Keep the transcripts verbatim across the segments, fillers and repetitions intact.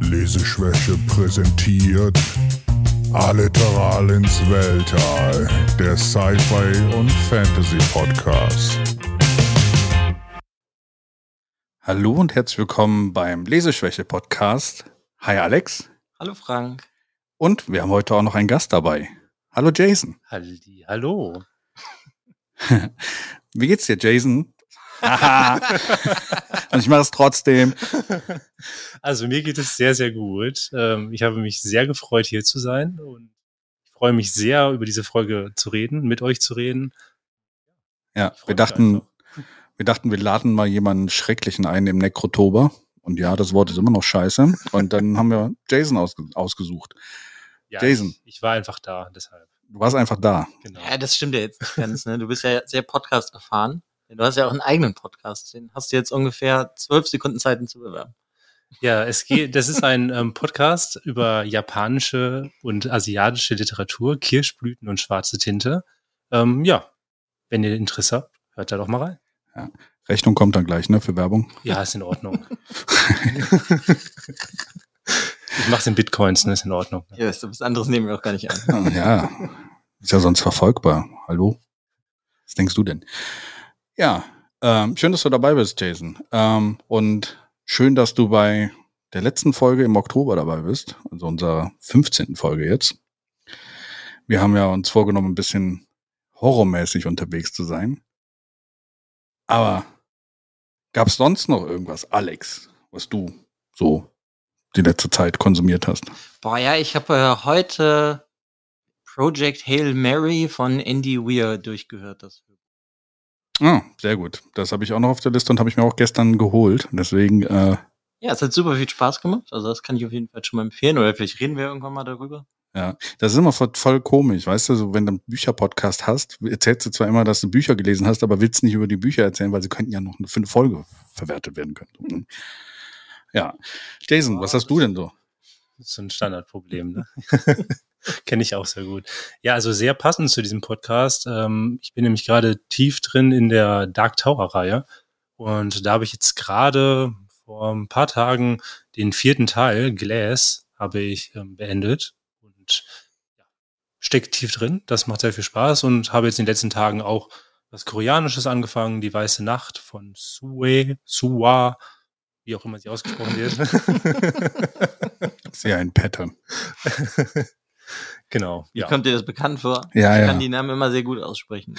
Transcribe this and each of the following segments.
Leseschwäche präsentiert Alliteral ins Weltall, der Sci-Fi und Fantasy Podcast. Hallo und herzlich willkommen beim Leseschwäche Podcast. Hi Alex. Hallo Frank. Und wir haben heute auch noch einen Gast dabei. Hallo Jason. Halli, hallo. Wie geht's dir, Jason? Und ich mache es trotzdem. Also mir geht es sehr, sehr gut. Ich habe mich sehr gefreut, hier zu sein und ich freue mich sehr, über diese Folge zu reden, mit euch zu reden. Ja, wir dachten, wir dachten, wir laden mal jemanden Schrecklichen ein im Nekrotober. Und ja, das Wort ist immer noch scheiße. Und dann haben wir Jason ausge- ausgesucht. Ja, Jason. Ich, ich war einfach da, deshalb. Du warst einfach da. Genau. Ja, das stimmt ja jetzt nicht ganz, ne? Du bist ja sehr Podcast erfahren. Du hast ja auch einen eigenen Podcast. Den hast du jetzt ungefähr zwölf Sekunden Zeit, ihn zu bewerben. Ja, es geht, das ist ein ähm, Podcast über japanische und asiatische Literatur, Kirschblüten und schwarze Tinte. Ähm, ja, wenn ihr Interesse habt, hört da doch mal rein. Ja. Rechnung kommt dann gleich, ne, für Werbung. Ja, ist in Ordnung. Ich mach's in Bitcoins, ne, ist in Ordnung. Ja, weißt du, was anderes nehmen wir auch gar nicht an. Ja, ist ja sonst verfolgbar. Hallo? Was denkst du denn? Ja, ähm, schön, dass du dabei bist, Jason. Ähm, und schön, dass du bei der letzten Folge im Oktober dabei bist, also unserer fünfzehnten Folge jetzt. Wir haben ja uns vorgenommen, ein bisschen horrormäßig unterwegs zu sein. Aber gab es sonst noch irgendwas, Alex, was du so die letzte Zeit konsumiert hast? Boah, ja, ich habe äh, heute Project Hail Mary von Andy Weir durchgehört. Das Ah, sehr gut. Das habe ich auch noch auf der Liste und habe ich mir auch gestern geholt. Deswegen, äh, ja, es hat super viel Spaß gemacht. Also das kann ich auf jeden Fall schon mal empfehlen. Oder vielleicht reden wir irgendwann mal darüber. ja, das ist immer voll, voll komisch, weißt du, so wenn du einen Bücherpodcast hast, erzählst du zwar immer, dass du Bücher gelesen hast, aber willst nicht über die Bücher erzählen, weil sie könnten ja noch für eine Folge verwertet werden können. Ja, Jason, Ja, was hast du denn so? Das ist so ein Standardproblem, ne? Kenne ich auch sehr gut. Ja, also sehr passend zu diesem Podcast. Ähm, ich bin nämlich gerade tief drin in der Dark Tower-Reihe und da habe ich jetzt gerade vor ein paar Tagen den vierten Teil, Glass, habe ich ähm, beendet und ja, steckt tief drin. Das macht sehr viel Spaß und habe jetzt in den letzten Tagen auch was Koreanisches angefangen, Die Weiße Nacht von Sue, Suwa, wie auch immer sie ausgesprochen wird. Sehr ein Pattern. Genau. Wie Ja. kommt dir das bekannt vor? Ja, ich ja. kann die Namen immer sehr gut aussprechen.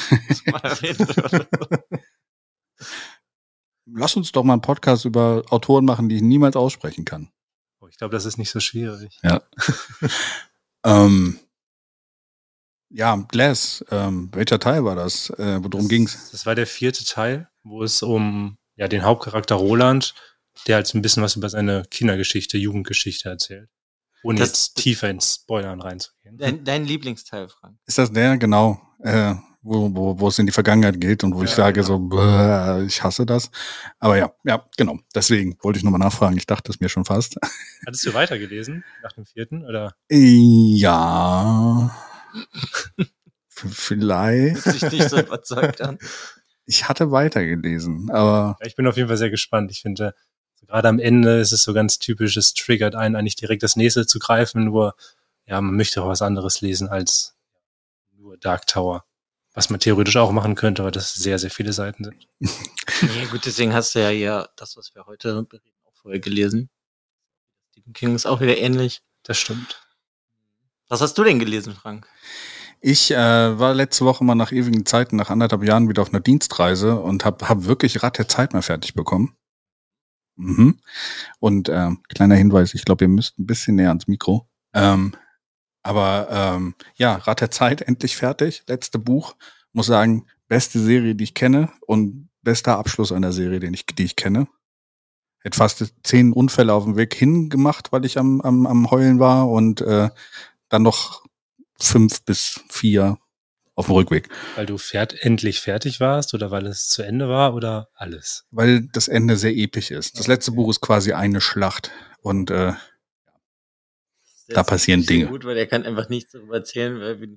Lass uns doch mal einen Podcast über Autoren machen, die ich niemals aussprechen kann. Oh, ich glaube, das ist nicht so schwierig. Ja. ähm, ja, Glass, ähm, welcher Teil war das? Äh, worum das, ging's? Das war der vierte Teil, wo es um ja den Hauptcharakter Roland, der halt so ein bisschen was über seine Kindergeschichte, Jugendgeschichte erzählt. Ohne Das- jetzt tiefer ins Spoilern reinzugehen. Dein, dein Lieblingsteil, Frank. Ist das der, genau, äh, wo, wo, wo es in die Vergangenheit geht und wo ich Ja, sage genau. so, bäh, ich hasse das. Aber ja, ja, genau. Deswegen wollte ich nochmal nachfragen. Ich dachte es mir schon fast. Hattest du weitergelesen nach dem vierten? Oder? Ja. V- Vielleicht. Hört sich nicht so überzeugt an. Ich hatte weitergelesen, aber Ja, ich bin auf jeden Fall sehr gespannt. Ich finde, so gerade am Ende ist es so ganz typisch, es triggert einen eigentlich direkt das nächste zu greifen, nur ja, man möchte auch was anderes lesen als nur Dark Tower. Was man theoretisch auch machen könnte, aber das sehr, sehr viele Seiten sind. Ja gut, deswegen hast du ja hier das, was wir heute bereden, auch vorher gelesen. Stephen King ist auch wieder ähnlich. Das stimmt. Was hast du denn gelesen, Frank? ich äh, war letzte Woche mal nach ewigen Zeiten, nach anderthalb Jahren wieder auf einer Dienstreise und habe hab wirklich Rat der Zeit mal fertig bekommen. Mhm. Und ähm, kleiner Hinweis, ich glaube, ihr müsst ein bisschen näher ans Mikro. Ähm, aber ähm, ja, Rat der Zeit endlich fertig. Letzte Buch. Muss sagen, beste Serie, die ich kenne und bester Abschluss einer Serie, den ich, die ich kenne. Hätte fast zehn Unfälle auf dem Weg hin gemacht, weil ich am, am, am Heulen war und äh, dann noch fünf bis vier auf dem Rückweg. Weil du fährt, endlich fertig warst oder weil es zu Ende war oder alles? Weil das Ende sehr episch ist. Das letzte Buch ist quasi eine Schlacht und äh, Da passieren nicht so Dinge. Gut, weil er kann einfach nichts darüber erzählen, weil wir nichts davon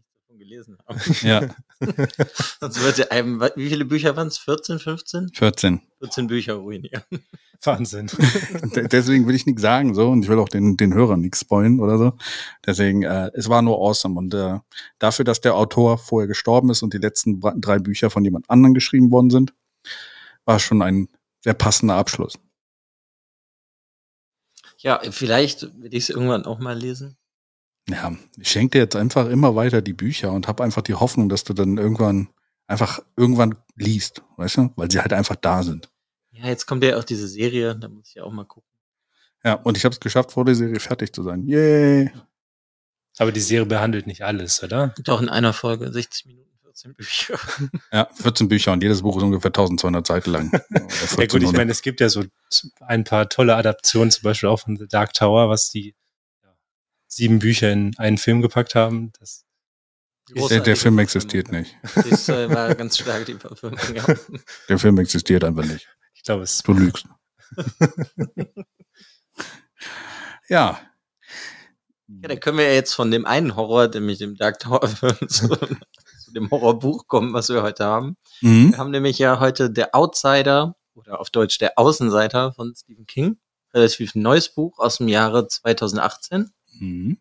gelesen haben. Ja, Sonst würde einem, wie viele Bücher waren es? vierzehn, fünfzehn? vierzehn. vierzehn Bücher ruinieren. Wahnsinn. D- Deswegen will ich nichts sagen so und ich will auch den, den Hörern nichts spoilen oder so. Deswegen, äh, es war nur awesome und äh, dafür, dass der Autor vorher gestorben ist und die letzten bra- drei Bücher von jemand anderem geschrieben worden sind, war schon ein sehr passender Abschluss. Ja, vielleicht will ich es irgendwann auch mal lesen. Ja, ich schenke dir jetzt einfach immer weiter die Bücher und habe einfach die Hoffnung, dass du dann irgendwann einfach irgendwann liest, weißt du, weil sie halt einfach da sind. Ja, jetzt kommt ja auch diese Serie, da muss ich ja auch mal gucken. Ja, und ich habe es geschafft, vor der Serie fertig zu sein. Yay! Aber die Serie behandelt nicht alles, oder? Gibt auch in einer Folge sechzig Minuten, vierzehn Bücher. Ja, vierzehn Bücher und jedes Buch ist ungefähr eintausendzweihundert Seiten lang. Oder Ja gut, ich vierzehnhundert. meine, es gibt ja so ein paar tolle Adaptionen, zum Beispiel auch von The Dark Tower, was die ja, sieben Bücher in einen Film gepackt haben. Das, der, der Film existiert nicht. Das äh, war ganz stark, die Verfilmung. Ja. Der Film existiert einfach nicht. ich glaube, es Du lügst. Ja. Ja, da können wir ja jetzt von dem einen Horror, nämlich dem Dark Tower Film, zu, zu dem Horrorbuch kommen, was wir heute haben. Mhm. Wir haben nämlich ja heute Der Outsider oder auf Deutsch Der Außenseiter von Stephen King. Relativ neues Buch aus dem Jahre zweitausendachtzehn. Mhm.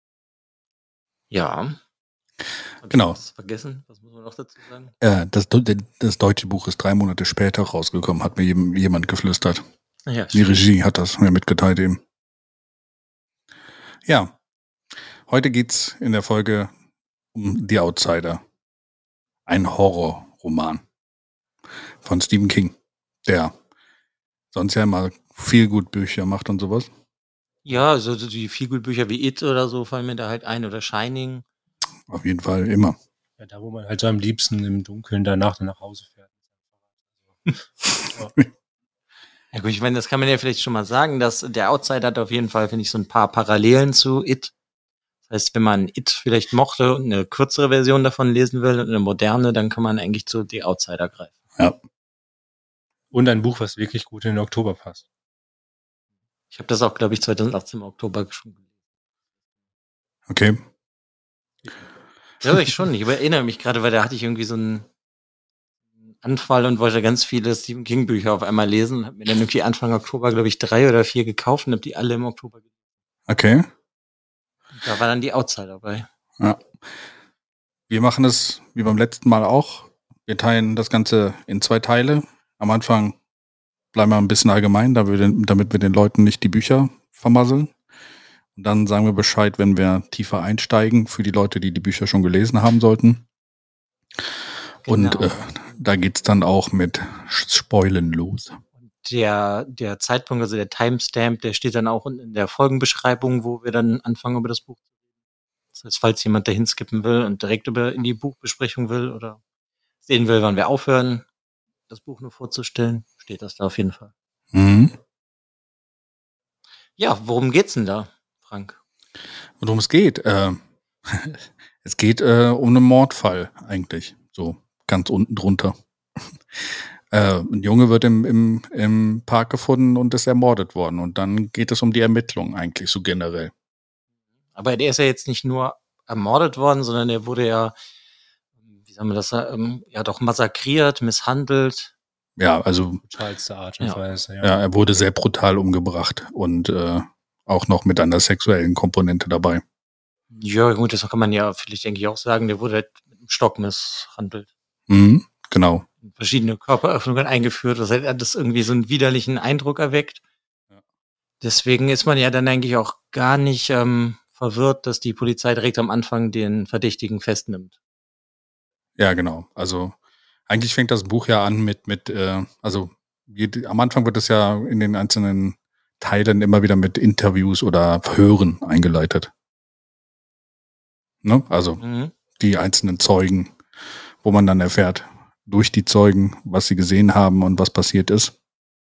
Ja. Hab Genau. ich was vergessen? Was muss man noch dazu sagen? Äh, das, das deutsche Buch ist drei Monate später rausgekommen, hat mir jedem, jemand geflüstert. Ja, Die Regie hat das mir mitgeteilt eben. Ja, heute geht's in der Folge um The Outsider. Ein Horrorroman von Stephen King, der sonst ja immer viel gut Bücher macht und sowas. Ja, also die Feelgood-Bücher wie It oder so fallen mir da halt ein oder Shining. Auf jeden Fall immer. ja da, wo man halt so am liebsten im Dunkeln danach dann nach Hause fährt. Ja gut, ich meine, das kann man ja vielleicht schon mal sagen, dass der Outsider hat auf jeden Fall, finde ich, so ein paar Parallelen zu It. Das heißt, wenn man It vielleicht mochte und eine kürzere Version davon lesen will und eine moderne, dann kann man eigentlich zu The Outsider greifen. Ja. Und ein Buch, was wirklich gut in den Oktober passt. Ich habe das auch, glaube ich, zweitausendachtzehn im Oktober schon gelesen. Okay. Ja, ich schon. Ich erinnere mich gerade, weil da hatte ich irgendwie so einen Anfall und wollte ganz viele Stephen King Bücher auf einmal lesen und habe mir dann irgendwie Anfang Oktober, glaube ich, drei oder vier gekauft und habe die alle im Oktober gelesen. Okay. Und da war dann die Outsider dabei. Ja. Wir machen es wie beim letzten Mal auch. Wir teilen das Ganze in zwei Teile. Am Anfang bleiben wir ein bisschen allgemein, damit wir den, damit wir den Leuten nicht die Bücher vermasseln. Und dann sagen wir Bescheid, wenn wir tiefer einsteigen, für die Leute, die die Bücher schon gelesen haben sollten. Und Genau. äh, da geht's dann auch mit Spoilen los. Der, der Zeitpunkt, also der Timestamp, der steht dann auch in der Folgenbeschreibung, wo wir dann anfangen über das Buch zu reden. Das heißt, falls jemand dahin skippen will und direkt über in die Buchbesprechung will oder sehen will, wann wir aufhören, das Buch nur vorzustellen, steht das da auf jeden Fall. Mhm. Ja, worum geht's denn da, Frank? Und worum es geht? Äh, es geht äh, um einen Mordfall eigentlich. So ganz unten drunter. äh, ein Junge wird im, im, im Park gefunden und ist ermordet worden. Und dann geht es um die Ermittlungen eigentlich so generell. Aber der ist ja jetzt nicht nur ermordet worden, sondern er wurde ja, wie sagen wir das, ähm, ja doch massakriert, misshandelt. Ja, also Brutalste Art und Ja. Weise. Ja. ja, er wurde sehr brutal umgebracht und äh, auch noch mit einer sexuellen Komponente dabei. Ja, gut, das kann man ja vielleicht, denke ich, auch sagen, der wurde halt mit einem Stock misshandelt. Mhm, genau. In verschiedene Körperöffnungen eingeführt, das hat das irgendwie so einen widerlichen Eindruck erweckt. Ja. Deswegen ist man ja dann eigentlich auch gar nicht ähm, verwirrt, dass die Polizei direkt am Anfang den Verdächtigen festnimmt. Ja, genau. Also eigentlich fängt das Buch ja an mit, mit äh, also jede, am Anfang wird es ja in den einzelnen Teilen immer wieder mit Interviews oder Verhören eingeleitet. Ne? Also Mhm. die einzelnen Zeugen, wo man dann erfährt, durch die Zeugen, was sie gesehen haben und was passiert ist.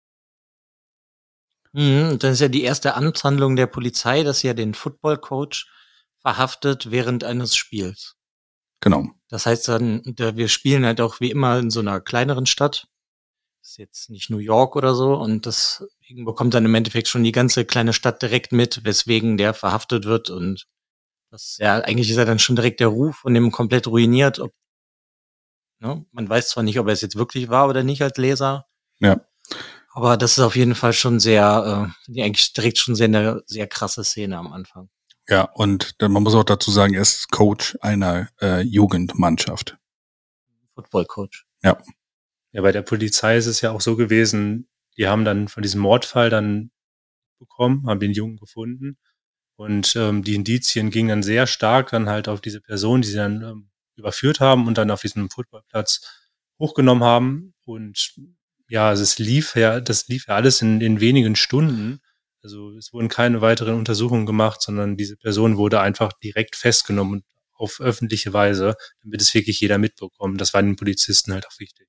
Mhm. Und dann ist ja die erste Amtshandlung der Polizei, dass sie ja den Football-Coach verhaftet während eines Spiels. Genau. Das heißt dann, da wir spielen halt auch wie immer in so einer kleineren Stadt. Das ist jetzt nicht New York oder so. Und deswegen bekommt dann im Endeffekt schon die ganze kleine Stadt direkt mit, weswegen der verhaftet wird und Das, ja, eigentlich ist ja dann schon direkt der Ruf von dem komplett ruiniert. Ob, ne? Man weiß zwar nicht, ob er es jetzt wirklich war oder nicht als Leser. Ja. Aber das ist auf jeden Fall schon sehr, äh, eigentlich direkt schon sehr eine sehr krasse Szene am Anfang. Ja, und dann, man muss auch dazu sagen, er ist Coach einer äh, Jugendmannschaft. Football-Coach. Ja. Ja, bei der Polizei ist es ja auch so gewesen, die haben dann von diesem Mordfall dann bekommen, haben den Jungen gefunden und ähm, die Indizien gingen dann sehr stark dann halt auf diese Person, die sie dann ähm, überführt haben und dann auf diesem Footballplatz hochgenommen haben und ja, also es lief ja, das lief ja alles in, in wenigen Stunden. Also es wurden keine weiteren Untersuchungen gemacht, sondern diese Person wurde einfach direkt festgenommen auf öffentliche Weise, damit es wirklich jeder mitbekommt. Das war den Polizisten halt auch wichtig.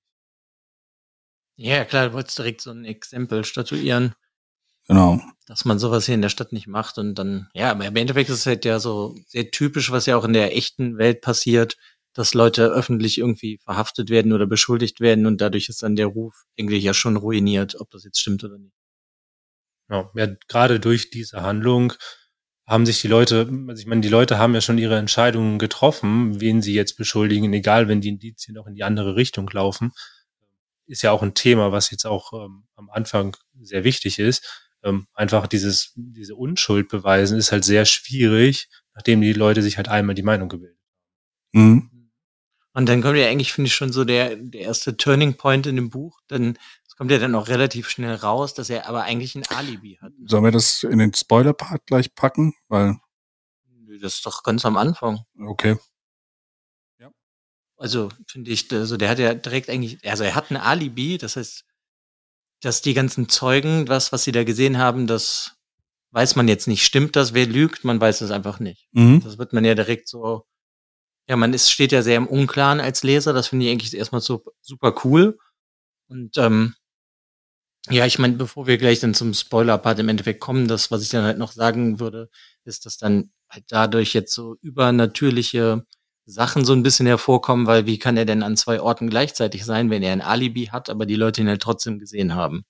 Ja, klar, du wolltest direkt so ein Exempel statuieren. Genau. Dass man sowas hier in der Stadt nicht macht und dann, ja, aber im Endeffekt ist es halt ja so sehr typisch, was ja auch in der echten Welt passiert, dass Leute öffentlich irgendwie verhaftet werden oder beschuldigt werden und dadurch ist dann der Ruf eigentlich ja schon ruiniert, ob das jetzt stimmt oder nicht. Ja, ja, gerade durch diese Handlung haben sich die Leute, also ich meine, die Leute haben ja schon ihre Entscheidungen getroffen, wen sie jetzt beschuldigen, egal wenn die Indizien auch in die andere Richtung laufen. Ist ja auch ein Thema, was jetzt auch ähm, am Anfang sehr wichtig ist. Ähm, einfach dieses, diese Unschuld beweisen ist halt sehr schwierig, nachdem die Leute sich halt einmal die Meinung gebildet haben. Mhm. Und dann kommt ja eigentlich, finde ich, schon so der, der erste Turning Point in dem Buch. Dann es kommt ja dann auch relativ schnell raus, dass er aber eigentlich ein Alibi hat. Ne? Sollen wir das in den Spoiler-Part gleich packen? Weil das ist doch ganz am Anfang. Okay. Ja. Also finde ich, also der hat ja direkt eigentlich, also er hat ein Alibi, das heißt, dass die ganzen Zeugen, was, was sie da gesehen haben, das weiß man jetzt nicht. Stimmt das? Wer lügt? Man weiß es einfach nicht. Mhm. Das wird man ja direkt so, ja, man ist, steht ja sehr im Unklaren als Leser. Das finde ich eigentlich erstmal so super cool. Und ähm, ja, ich meine, bevor wir gleich dann zum Spoiler-Part im Endeffekt kommen, das, was ich dann halt noch sagen würde, ist, dass dann halt dadurch jetzt so übernatürliche Sachen so ein bisschen hervorkommen, weil wie kann er denn an zwei Orten gleichzeitig sein, wenn er ein Alibi hat, aber die Leute ihn halt trotzdem gesehen haben?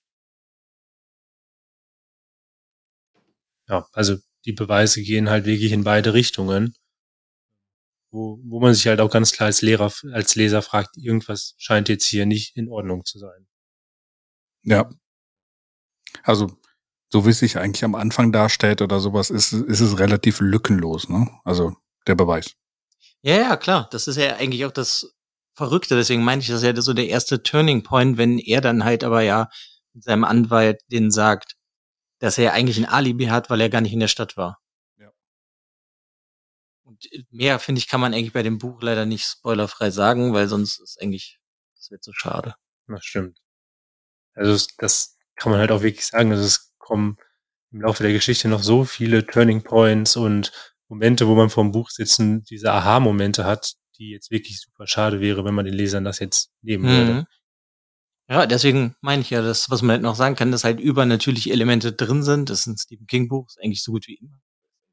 Ja, also die Beweise gehen halt wirklich in beide Richtungen, wo, wo man sich halt auch ganz klar als Lehrer, als Leser fragt, irgendwas scheint jetzt hier nicht in Ordnung zu sein. Ja. Also, so wie es sich eigentlich am Anfang darstellt oder sowas, ist, ist es relativ lückenlos, ne? Also, der Beweis. Ja, ja, klar. Das ist ja eigentlich auch das Verrückte. Deswegen meine ich, das ist ja so der erste Turning Point, wenn er dann halt aber ja mit seinem Anwalt den sagt, dass er eigentlich ein Alibi hat, weil er gar nicht in der Stadt war. Ja. Und mehr, finde ich, kann man eigentlich bei dem Buch leider nicht spoilerfrei sagen, weil sonst ist eigentlich, das wird so schade. Das stimmt. Also das kann man halt auch wirklich sagen, dass es kommen im Laufe der Geschichte noch so viele Turning Points und Momente, wo man vorm Buch sitzen, diese Aha-Momente hat, die jetzt wirklich super schade wäre, wenn man den Lesern das jetzt nehmen würde. Mhm. Ja, deswegen meine ich ja, das, was man halt noch sagen kann, dass halt übernatürliche Elemente drin sind. Das ist ein Stephen King Buch, ist eigentlich so gut wie immer.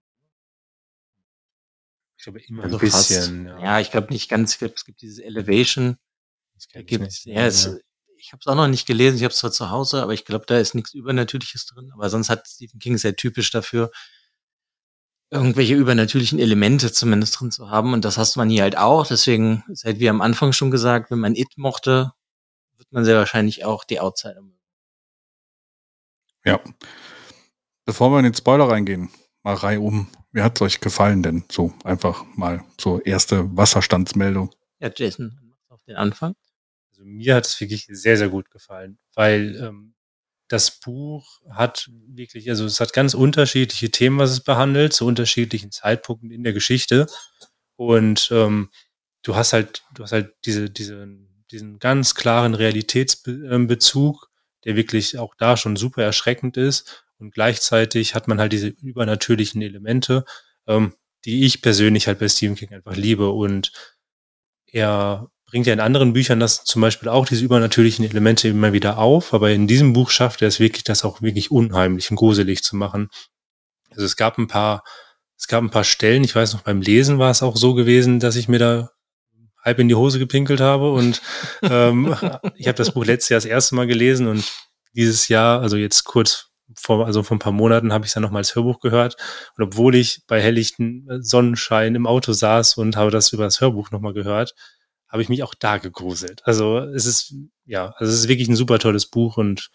Ich glaube immer Also ein bisschen. fast. Ja, ja ich glaube nicht ganz. Ich glaub, es gibt dieses Elevation. Das Da kenn ich gibt's, nicht. ja, es, ich habe es auch noch nicht gelesen. Ich habe es zwar zu Hause, aber ich glaube, da ist nichts Übernatürliches drin. Aber sonst hat Stephen King sehr typisch dafür, irgendwelche übernatürlichen Elemente zumindest drin zu haben. Und das hast man hier halt auch. Deswegen ist halt wie am Anfang schon gesagt, wenn man It mochte, wird man sehr wahrscheinlich auch die Outsider mögen. Ja. Bevor wir in den Spoiler reingehen, mal reihum. Wie hat's euch gefallen denn? So einfach mal so erste Wasserstandsmeldung. Ja, Jason, machst auf den Anfang. Also mir hat es wirklich sehr, sehr gut gefallen, weil ähm, das Buch hat wirklich, also es hat ganz unterschiedliche Themen, was es behandelt, zu unterschiedlichen Zeitpunkten in der Geschichte. Und ähm, du hast halt, du hast halt diese, diese, diesen ganz klaren Realitätsbezug, der wirklich auch da schon super erschreckend ist. Und gleichzeitig hat man halt diese übernatürlichen Elemente, ähm, die ich persönlich halt bei Stephen King einfach liebe. Und er bringt ja in anderen Büchern das zum Beispiel auch, diese übernatürlichen Elemente immer wieder auf, aber in diesem Buch schafft er es wirklich, das auch wirklich unheimlich und gruselig zu machen. Also es gab ein paar, es gab ein paar Stellen, ich weiß noch, beim Lesen war es auch so gewesen, dass ich mir da halb in die Hose gepinkelt habe und ähm, ich habe das Buch letztes Jahr das erste Mal gelesen und dieses Jahr, also jetzt kurz vor, also vor ein paar Monaten habe ich es dann nochmal als Hörbuch gehört. Und obwohl ich bei helllichten Sonnenschein im Auto saß und habe das über das Hörbuch nochmal gehört, habe ich mich auch da gegruselt. Also es ist, ja, also es ist wirklich ein super tolles Buch und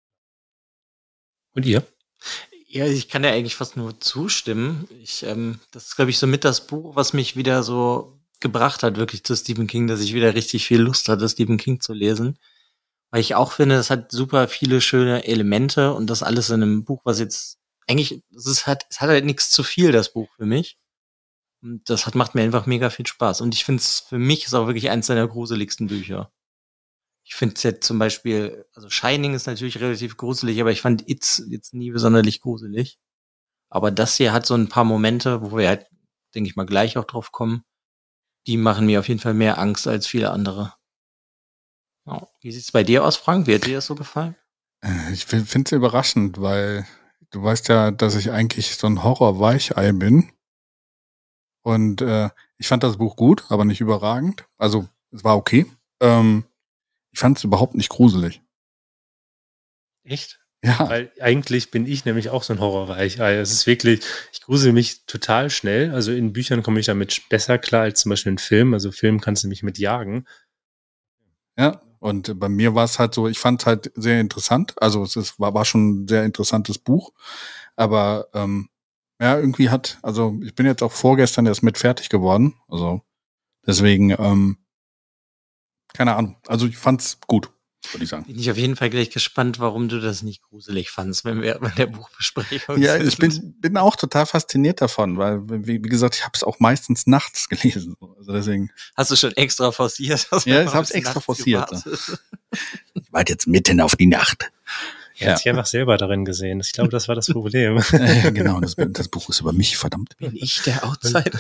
und ihr? Ja, ich kann ja eigentlich fast nur zustimmen. Ich, ähm, das ist, glaube ich, so mit das Buch, was mich wieder so gebracht hat, wirklich zu Stephen King, dass ich wieder richtig viel Lust hatte, Stephen King zu lesen. Weil ich auch finde, es hat super viele schöne Elemente und das alles in einem Buch, was jetzt eigentlich, es ist halt, es hat halt nichts zu viel, das Buch für mich. Und das hat, macht mir einfach mega viel Spaß. Und ich finde es, für mich ist auch wirklich eins seiner gruseligsten Bücher. Ich finde es jetzt zum Beispiel, also Shining ist natürlich relativ gruselig, aber ich fand It jetzt nie besonders gruselig. Aber das hier hat so ein paar Momente, wo wir halt, denke ich mal, gleich auch drauf kommen. Die machen mir auf jeden Fall mehr Angst als viele andere. Ja. Wie sieht's bei dir aus, Frank? Wie hat dir das so gefallen? Ich finde es überraschend, weil du weißt ja, dass ich eigentlich so ein Horror-Weichei bin. Und äh, ich fand das Buch gut, aber nicht überragend. Also es war okay. Ähm, ich fand es überhaupt nicht gruselig. Echt? Ja. Weil eigentlich bin ich nämlich auch so ein Horrorweichei. Es ist wirklich, ich grusel mich total schnell. Also in Büchern komme ich damit besser klar als zum Beispiel in Film. Also Film kannst du mich mit jagen. Ja, und bei mir war es halt so, ich fand es halt sehr interessant. Also es ist, war, war schon ein sehr interessantes Buch. Aber ähm, ja, irgendwie hat, also ich bin jetzt auch vorgestern erst mit fertig geworden. Also deswegen, ähm, keine Ahnung. Also ich fand's gut, würde ich sagen. Bin ich auf jeden Fall gleich gespannt, warum du das nicht gruselig fandst, wenn wir bei der Buchbesprechung Ja, sind. ich bin, bin auch total fasziniert davon, weil, wie, wie gesagt, ich habe es auch meistens nachts gelesen. Also deswegen. Hast du schon extra forciert? Ja, ich habe es extra forciert. Ich warte jetzt mitten auf die Nacht. Er hat sich einfach selber darin gesehen. Ich glaube, das war das Problem. Ja, genau, das, das Buch ist über mich, verdammt. Bin ich der Outsider?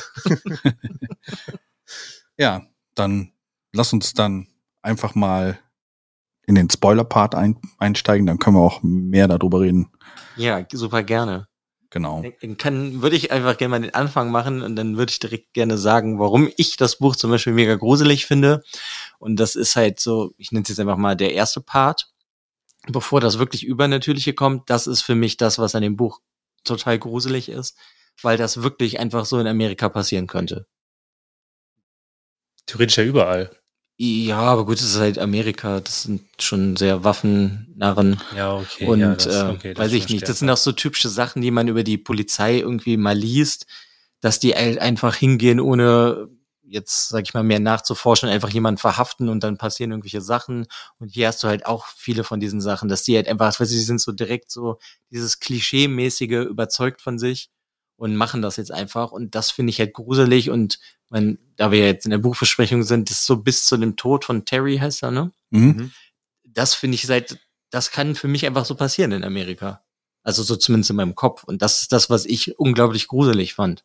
Ja, dann lass uns dann einfach mal in den Spoiler-Part ein, einsteigen, dann können wir auch mehr darüber reden. Ja, super gerne. Genau. Dann kann, würde ich einfach gerne mal den Anfang machen und dann würde ich direkt gerne sagen, warum ich das Buch zum Beispiel mega gruselig finde. Und das ist halt so, ich nenne es jetzt einfach mal der erste Part. Bevor das wirklich Übernatürliche kommt, das ist für mich das, was an dem Buch total gruselig ist, weil das wirklich einfach so in Amerika passieren könnte. Theoretisch ja überall. Ja, aber gut, es ist halt Amerika, das sind schon sehr Waffennarren. Ja, okay. Und ja, das, äh, okay, das weiß ich nicht, das sind auch so typische Sachen, die man über die Polizei irgendwie mal liest, dass die halt einfach hingehen, ohne jetzt, sag ich mal, mehr nachzuforschen, einfach jemanden verhaften und dann passieren irgendwelche Sachen. Und hier hast du halt auch viele von diesen Sachen, dass die halt einfach, weiß ich, die sind so direkt so dieses Klischee-mäßige überzeugt von sich und machen das jetzt einfach. Und das finde ich halt gruselig. Und mein, da wir jetzt in der Buchbesprechung sind, das ist so bis zu dem Tod von Terry heißt er, ne? Mhm. Das finde ich seit, das kann für mich einfach so passieren in Amerika. Also so zumindest in meinem Kopf. Und das ist das, was ich unglaublich gruselig fand.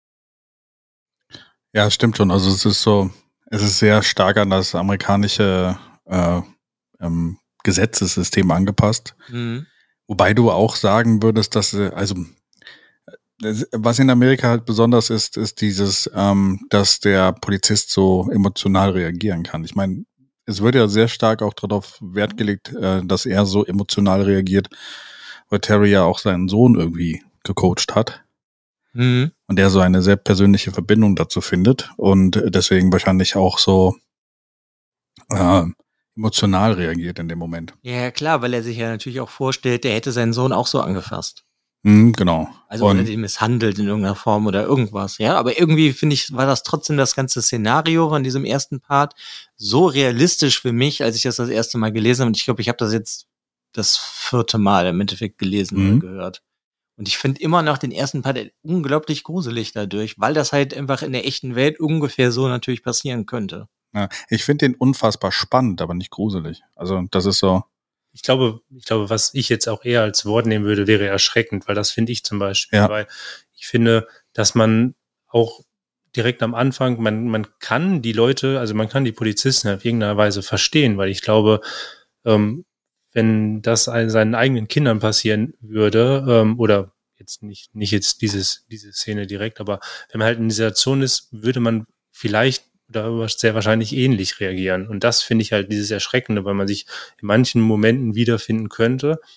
Ja, stimmt schon. Also es ist so, es ist sehr stark an das amerikanische äh, ähm, Gesetzessystem angepasst. Mhm. Wobei du auch sagen würdest, dass, äh, also das, was in Amerika halt besonders ist, ist dieses, ähm, dass der Polizist so emotional reagieren kann. Ich meine, es wird ja sehr stark auch darauf Wert gelegt, äh, dass er so emotional reagiert, weil Terry ja auch seinen Sohn irgendwie gecoacht hat. Mhm. Und der so eine sehr persönliche Verbindung dazu findet und deswegen wahrscheinlich auch so äh, emotional reagiert in dem Moment. Ja, klar, weil er sich ja natürlich auch vorstellt, der hätte seinen Sohn auch so angefasst. Mhm, genau. Also und, oder den misshandelt in irgendeiner Form oder irgendwas. Ja, aber irgendwie finde ich, war das trotzdem das ganze Szenario von diesem ersten Part so realistisch für mich, als ich das das erste Mal gelesen habe. Und ich glaube, ich habe das jetzt das vierte Mal im Endeffekt gelesen Mhm. oder gehört. Und ich finde immer noch den ersten Part unglaublich gruselig dadurch, weil das halt einfach in der echten Welt ungefähr so natürlich passieren könnte. Ja, ich finde den unfassbar spannend, aber nicht gruselig. Also das ist so. Ich glaube, ich glaube, was ich jetzt auch eher als Wort nehmen würde, wäre erschreckend, weil das finde ich zum Beispiel, Ja. weil ich finde, dass man auch direkt am Anfang, man, man kann die Leute, also man kann die Polizisten auf irgendeiner Weise verstehen, weil ich glaube, ähm, wenn das seinen eigenen Kindern passieren würde, ähm, oder jetzt nicht, nicht jetzt dieses, diese Szene direkt, aber wenn man halt in dieser Zone ist, würde man vielleicht oder sehr wahrscheinlich ähnlich reagieren. Und das finde ich halt dieses Erschreckende, weil man sich in manchen Momenten wiederfinden könnte.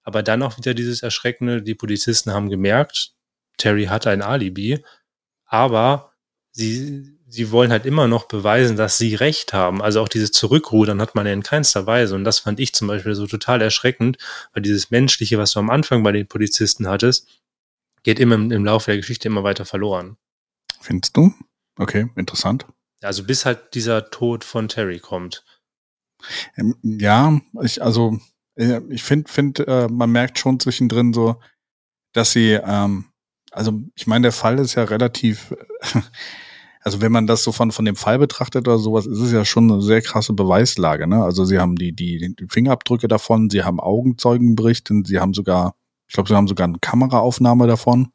Aber dann auch wieder dieses Erschreckende, die Polizisten haben gemerkt, Terry hat ein Alibi, aber sie, sie wollen halt immer noch beweisen, dass sie recht haben. Also auch dieses Zurückrudern hat man ja in keinster Weise. Und das fand ich zum Beispiel so total erschreckend, weil dieses Menschliche, was du am Anfang bei den Polizisten hattest, geht immer im, im Laufe der Geschichte immer weiter verloren. Findest du? Okay, interessant. Also bis halt dieser Tod von Terry kommt. Ähm, ja, ich, also äh, ich finde, find, äh, man merkt schon zwischendrin so, dass sie, ähm, also ich meine, der Fall ist ja relativ, also wenn man das so von von dem Fall betrachtet oder sowas, ist es ja schon eine sehr krasse Beweislage, ne? Also sie haben die die, die Fingerabdrücke davon, sie haben Augenzeugenberichte, sie haben sogar, ich glaube, sie haben sogar eine Kameraaufnahme davon.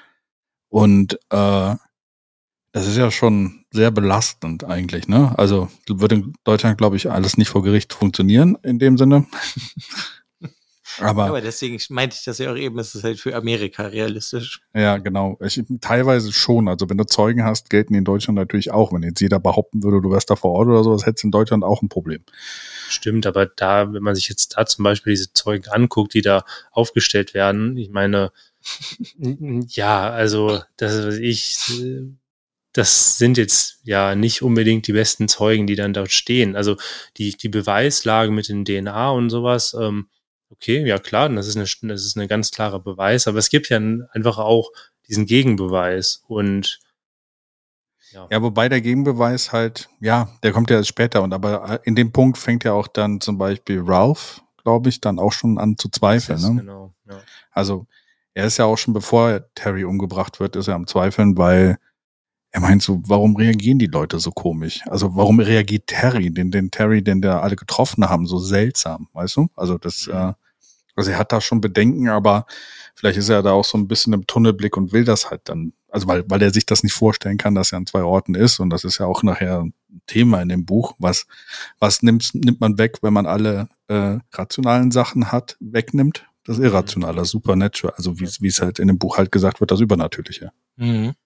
Und äh, das ist ja schon sehr belastend eigentlich, ne? Also würde in Deutschland, glaube ich, alles nicht vor Gericht funktionieren in dem Sinne. Aber, Ja, aber deswegen meinte ich das ja auch eben, es ist halt für Amerika realistisch. ja, genau. Ich, teilweise schon. Also wenn du Zeugen hast, gelten die in Deutschland natürlich auch. Wenn jetzt jeder behaupten würde, du wärst da vor Ort oder sowas, hättest du in Deutschland auch ein Problem. Stimmt, aber da, wenn man sich jetzt da zum Beispiel diese Zeugen anguckt, die da aufgestellt werden, ich meine, ja, also das, was ich, das sind jetzt ja nicht unbedingt die besten Zeugen, die dann dort stehen. Also die, die Beweislage mit den D N A und sowas, ähm, okay, ja klar, das ist eine, das ist eine ganz klare Beweis, aber es gibt ja einfach auch diesen Gegenbeweis und ja. Ja, wobei der Gegenbeweis halt, ja, der kommt ja erst später und aber in dem Punkt fängt ja auch dann zum Beispiel Ralph, glaube ich, dann auch schon an zu zweifeln. Das ist, ne? Genau, ja. Also er ist ja auch schon, bevor Terry umgebracht wird, ist er am Zweifeln, weil er meint so, warum reagieren die Leute so komisch? Also warum reagiert Terry, den, den Terry, den da alle getroffen haben, so seltsam, weißt du? Also das, Mhm. äh, also er hat da schon Bedenken, aber vielleicht ist er da auch so ein bisschen im Tunnelblick und will das halt dann, also weil, weil er sich das nicht vorstellen kann, dass er an zwei Orten ist und das ist ja auch nachher ein Thema in dem Buch, was, was nimmt, nimmt man weg, wenn man alle äh, rationalen Sachen hat, wegnimmt? Das Irrationale, das Supernatural, also wie es wie es halt in dem Buch halt gesagt wird, das Übernatürliche. Mhm.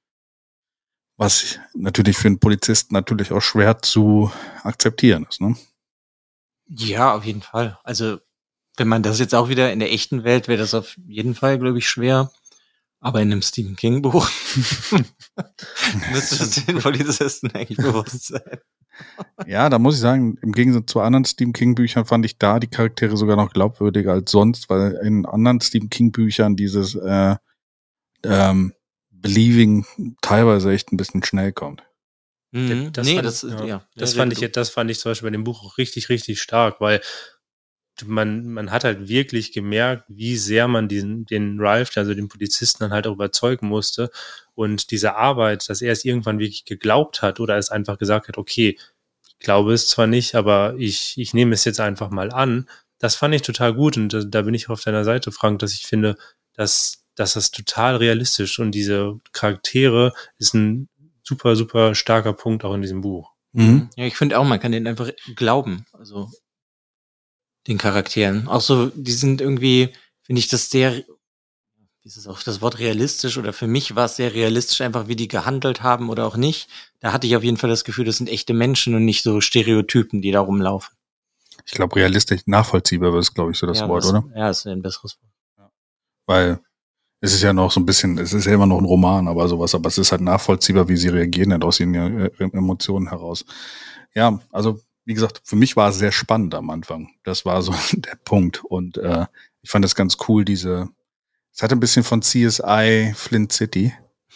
Was natürlich für einen Polizisten natürlich auch schwer zu akzeptieren ist, ne? Ja, auf jeden Fall. Also, wenn man das jetzt auch wieder in der echten Welt, wäre das auf jeden Fall, glaube ich, schwer. Aber in einem Stephen King Buch müsste das den Polizisten eigentlich bewusst sein. Ja, da muss ich sagen, im Gegensatz zu anderen Stephen King Büchern fand ich da die Charaktere sogar noch glaubwürdiger als sonst, weil in anderen Stephen King Büchern dieses äh, ähm, Believing teilweise echt ein bisschen schnell kommt. Mhm. Das nee, fand, das, ja, ja. das Ja, fand rede ich, das fand ich zum Beispiel bei dem Buch auch richtig, richtig stark, weil man, man hat halt wirklich gemerkt, wie sehr man diesen, den Ralph, also den Polizisten dann halt auch überzeugen musste und diese Arbeit, dass er es irgendwann wirklich geglaubt hat oder es einfach gesagt hat, okay, ich glaube es zwar nicht, aber ich, ich nehme es jetzt einfach mal an. Das fand ich total gut und da, da bin ich auf deiner Seite, Frank, dass ich finde, dass, dass das total realistisch und diese Charaktere ist ein super, super starker Punkt auch in diesem Buch. Mhm. Ja, ich finde auch, man kann denen einfach glauben. Also den Charakteren. Auch so, die sind irgendwie, finde ich das sehr, wie ist es auch das Wort realistisch oder für mich war es sehr realistisch, einfach wie die gehandelt haben oder auch nicht. Da hatte ich auf jeden Fall das Gefühl, das sind echte Menschen und nicht so Stereotypen, die da rumlaufen. Ich glaube, realistisch nachvollziehbar ist, glaube ich, so das ja, Wort, das, oder? Ja, ist ein besseres Wort. Weil es ist ja noch so ein bisschen, es ist ja immer noch ein Roman, aber sowas, aber es ist halt nachvollziehbar, wie sie reagieren halt aus ihren äh, Emotionen heraus. Ja, also wie gesagt, für mich war es sehr spannend am Anfang. Das war so der Punkt und äh, ich fand es ganz cool, diese, es hatte ein bisschen von C S I Flint City.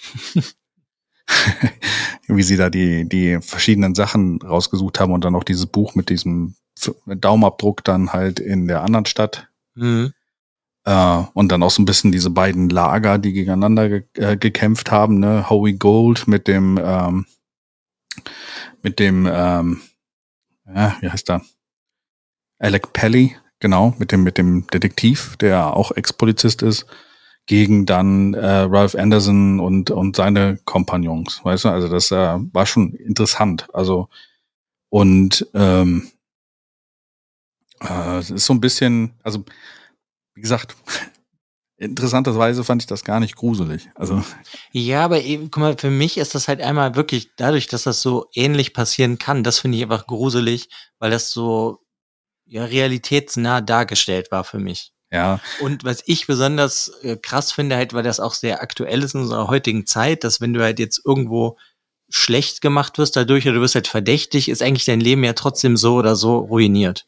Wie sie da die, die verschiedenen Sachen rausgesucht haben und dann auch dieses Buch mit diesem Daumenabdruck dann halt in der anderen Stadt. Mhm. Uh, und dann auch so ein bisschen diese beiden Lager, die gegeneinander ge äh, gekämpft haben, ne? Howie Gold mit dem, ähm, mit dem, ähm, ja, wie heißt er? Alec Pelly, genau, mit dem, mit dem Detektiv, der auch Ex-Polizist ist, gegen dann äh, Ralph Anderson und, und seine Kompagnons, weißt du? Also das äh, war schon interessant. Also, und ähm, äh, es ist so ein bisschen, also wie gesagt, interessanterweise fand ich das gar nicht gruselig. Also Ja, aber eben, guck mal, für mich ist das halt einmal wirklich dadurch, dass das so ähnlich passieren kann, das finde ich einfach gruselig, weil das so ja realitätsnah dargestellt war für mich. Ja. Und was ich besonders äh, krass finde, halt, weil das auch sehr aktuell ist in unserer heutigen Zeit, dass wenn du halt jetzt irgendwo schlecht gemacht wirst dadurch oder du wirst halt verdächtig, ist eigentlich dein Leben ja trotzdem so oder so ruiniert.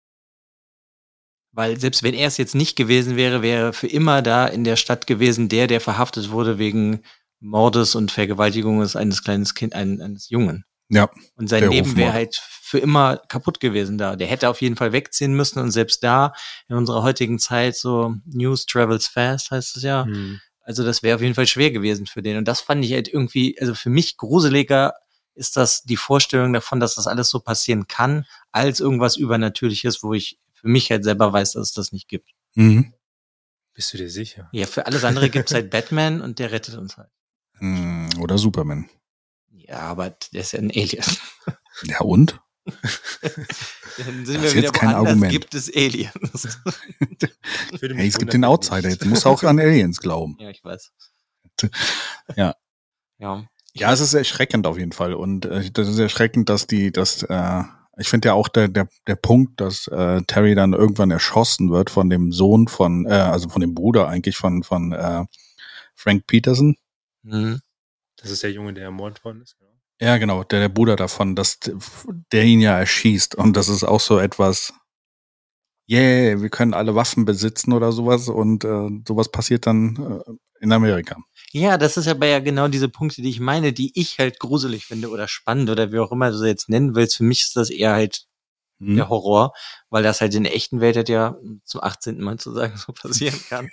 Weil selbst wenn er es jetzt nicht gewesen wäre, wäre er für immer da in der Stadt gewesen, der, der verhaftet wurde wegen Mordes und Vergewaltigung eines kleinen Kind, eines Jungen. Ja. Und sein Leben wäre halt für immer kaputt gewesen da. Der hätte auf jeden Fall wegziehen müssen und selbst da in unserer heutigen Zeit so News travels fast heißt es ja. Hm. Also das wäre auf jeden Fall schwer gewesen für den. Und das fand ich halt irgendwie, also für mich gruseliger ist das die Vorstellung davon, dass das alles so passieren kann, als irgendwas Übernatürliches, wo ich für mich halt selber weiß, dass es das nicht gibt. Mhm. Bist du dir sicher? Ja, für alles andere gibt es halt Batman und der rettet uns halt. Oder Superman. Ja, aber der ist ja ein Alien. Ja, und? Dann sind das wir wieder kein Argument. Gibt es Aliens. Hey, es gibt den Outsider. Jetzt musst du auch an Aliens glauben. Ja, ich weiß. Ja. Ja. Ja, es ist erschreckend auf jeden Fall. Und äh, das ist erschreckend, dass die, dass, äh, ich finde ja auch der, der, der Punkt, dass äh, Terry dann irgendwann erschossen wird von dem Sohn von, äh, also von dem Bruder eigentlich von, von äh, Frank Peterson. Mhm. Das ist der Junge, der ermordet worden ist, genau. Ja, genau, der, der Bruder davon, dass der ihn ja erschießt. Und das ist auch so etwas, yeah, wir können alle Waffen besitzen oder sowas. Und äh, sowas passiert dann äh, in Amerika. Ja, das ist aber ja genau diese Punkte, die ich meine, die ich halt gruselig finde oder spannend oder wie auch immer du sie jetzt nennen willst. Für mich ist das eher halt hm. der Horror, weil das halt in der echten Welt halt ja zum achtzehnten Mal zu sagen so passieren kann.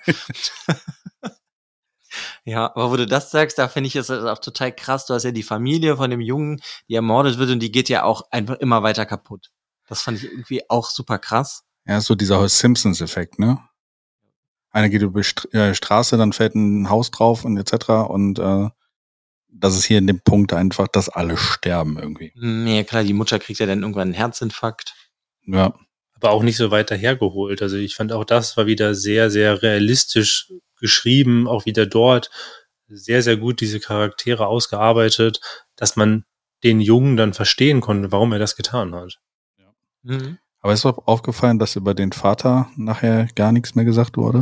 Ja, aber wo du das sagst, da finde ich es auch total krass. Du hast ja die Familie von dem Jungen, die ermordet wird und die geht ja auch einfach immer weiter kaputt. Das fand ich irgendwie auch super krass. Ja, so dieser Simpsons-Effekt, ne? Einer geht über die äh, Straße, dann fällt ein Haus drauf und et cetera. Und äh, das ist hier in dem Punkt einfach, dass alle sterben irgendwie. Ja klar, die Mutter kriegt ja dann irgendwann einen Herzinfarkt. Ja. Aber auch nicht so weit dahergeholt. Also ich fand auch das war wieder sehr, sehr realistisch geschrieben, auch wieder dort sehr, sehr gut diese Charaktere ausgearbeitet, dass man den Jungen dann verstehen konnte, warum er das getan hat. Ja. Mhm. Aber ist doch aufgefallen, dass über den Vater nachher gar nichts mehr gesagt wurde?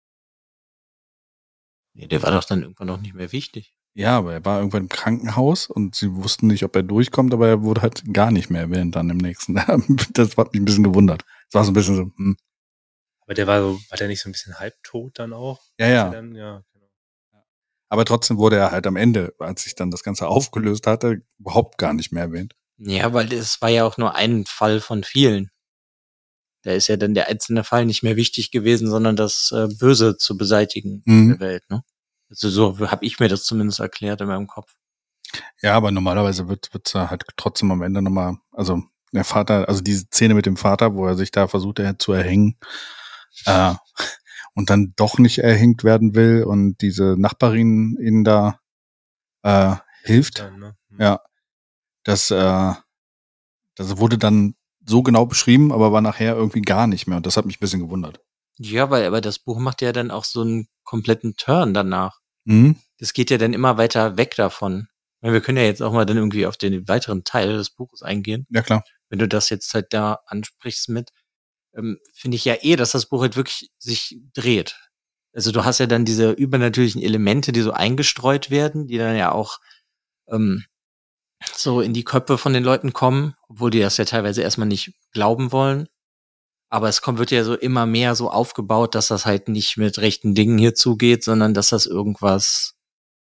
Ja, der war doch dann irgendwann noch nicht mehr wichtig. Ja, aber er war irgendwann im Krankenhaus und sie wussten nicht, ob er durchkommt, aber er wurde halt gar nicht mehr erwähnt dann im nächsten. Das hat mich ein bisschen gewundert. Das war so ein bisschen so, hm. Aber der war so, war der nicht so ein bisschen halbtot dann auch? Ja, ja. Dann, ja genau. Aber trotzdem wurde er halt am Ende, als sich dann das Ganze aufgelöst hatte, überhaupt gar nicht mehr erwähnt. Ja, weil es war ja auch nur ein Fall von vielen. Da ist ja dann der einzelne Fall nicht mehr wichtig gewesen, sondern das äh, Böse zu beseitigen mhm. in der Welt, ne? Also so habe ich mir das zumindest erklärt in meinem Kopf. Ja, aber normalerweise wird wird's halt trotzdem am Ende nochmal, also der Vater, also diese Szene mit dem Vater, wo er sich da versucht er zu erhängen äh, und dann doch nicht erhängt werden will und diese Nachbarin ihnen da äh, hilft. Dann, ne? mhm. Ja, das, äh, das wurde dann so genau beschrieben, aber war nachher irgendwie gar nicht mehr und das hat mich ein bisschen gewundert. Ja, weil aber das Buch macht ja dann auch so einen kompletten Turn danach. Mhm. Das geht ja dann immer weiter weg davon. Wir können ja jetzt auch mal dann irgendwie auf den weiteren Teil des Buches eingehen. Ja, klar. Wenn du das jetzt halt da ansprichst mit, ähm, finde ich ja eh, dass das Buch halt wirklich sich dreht. Also du hast ja dann diese übernatürlichen Elemente, die so eingestreut werden, die dann ja auch ähm, so in die Köpfe von den Leuten kommen, obwohl die das ja teilweise erstmal nicht glauben wollen. Aber es kommt, wird ja so immer mehr so aufgebaut, dass das halt nicht mit rechten Dingen hier zugeht, sondern dass das irgendwas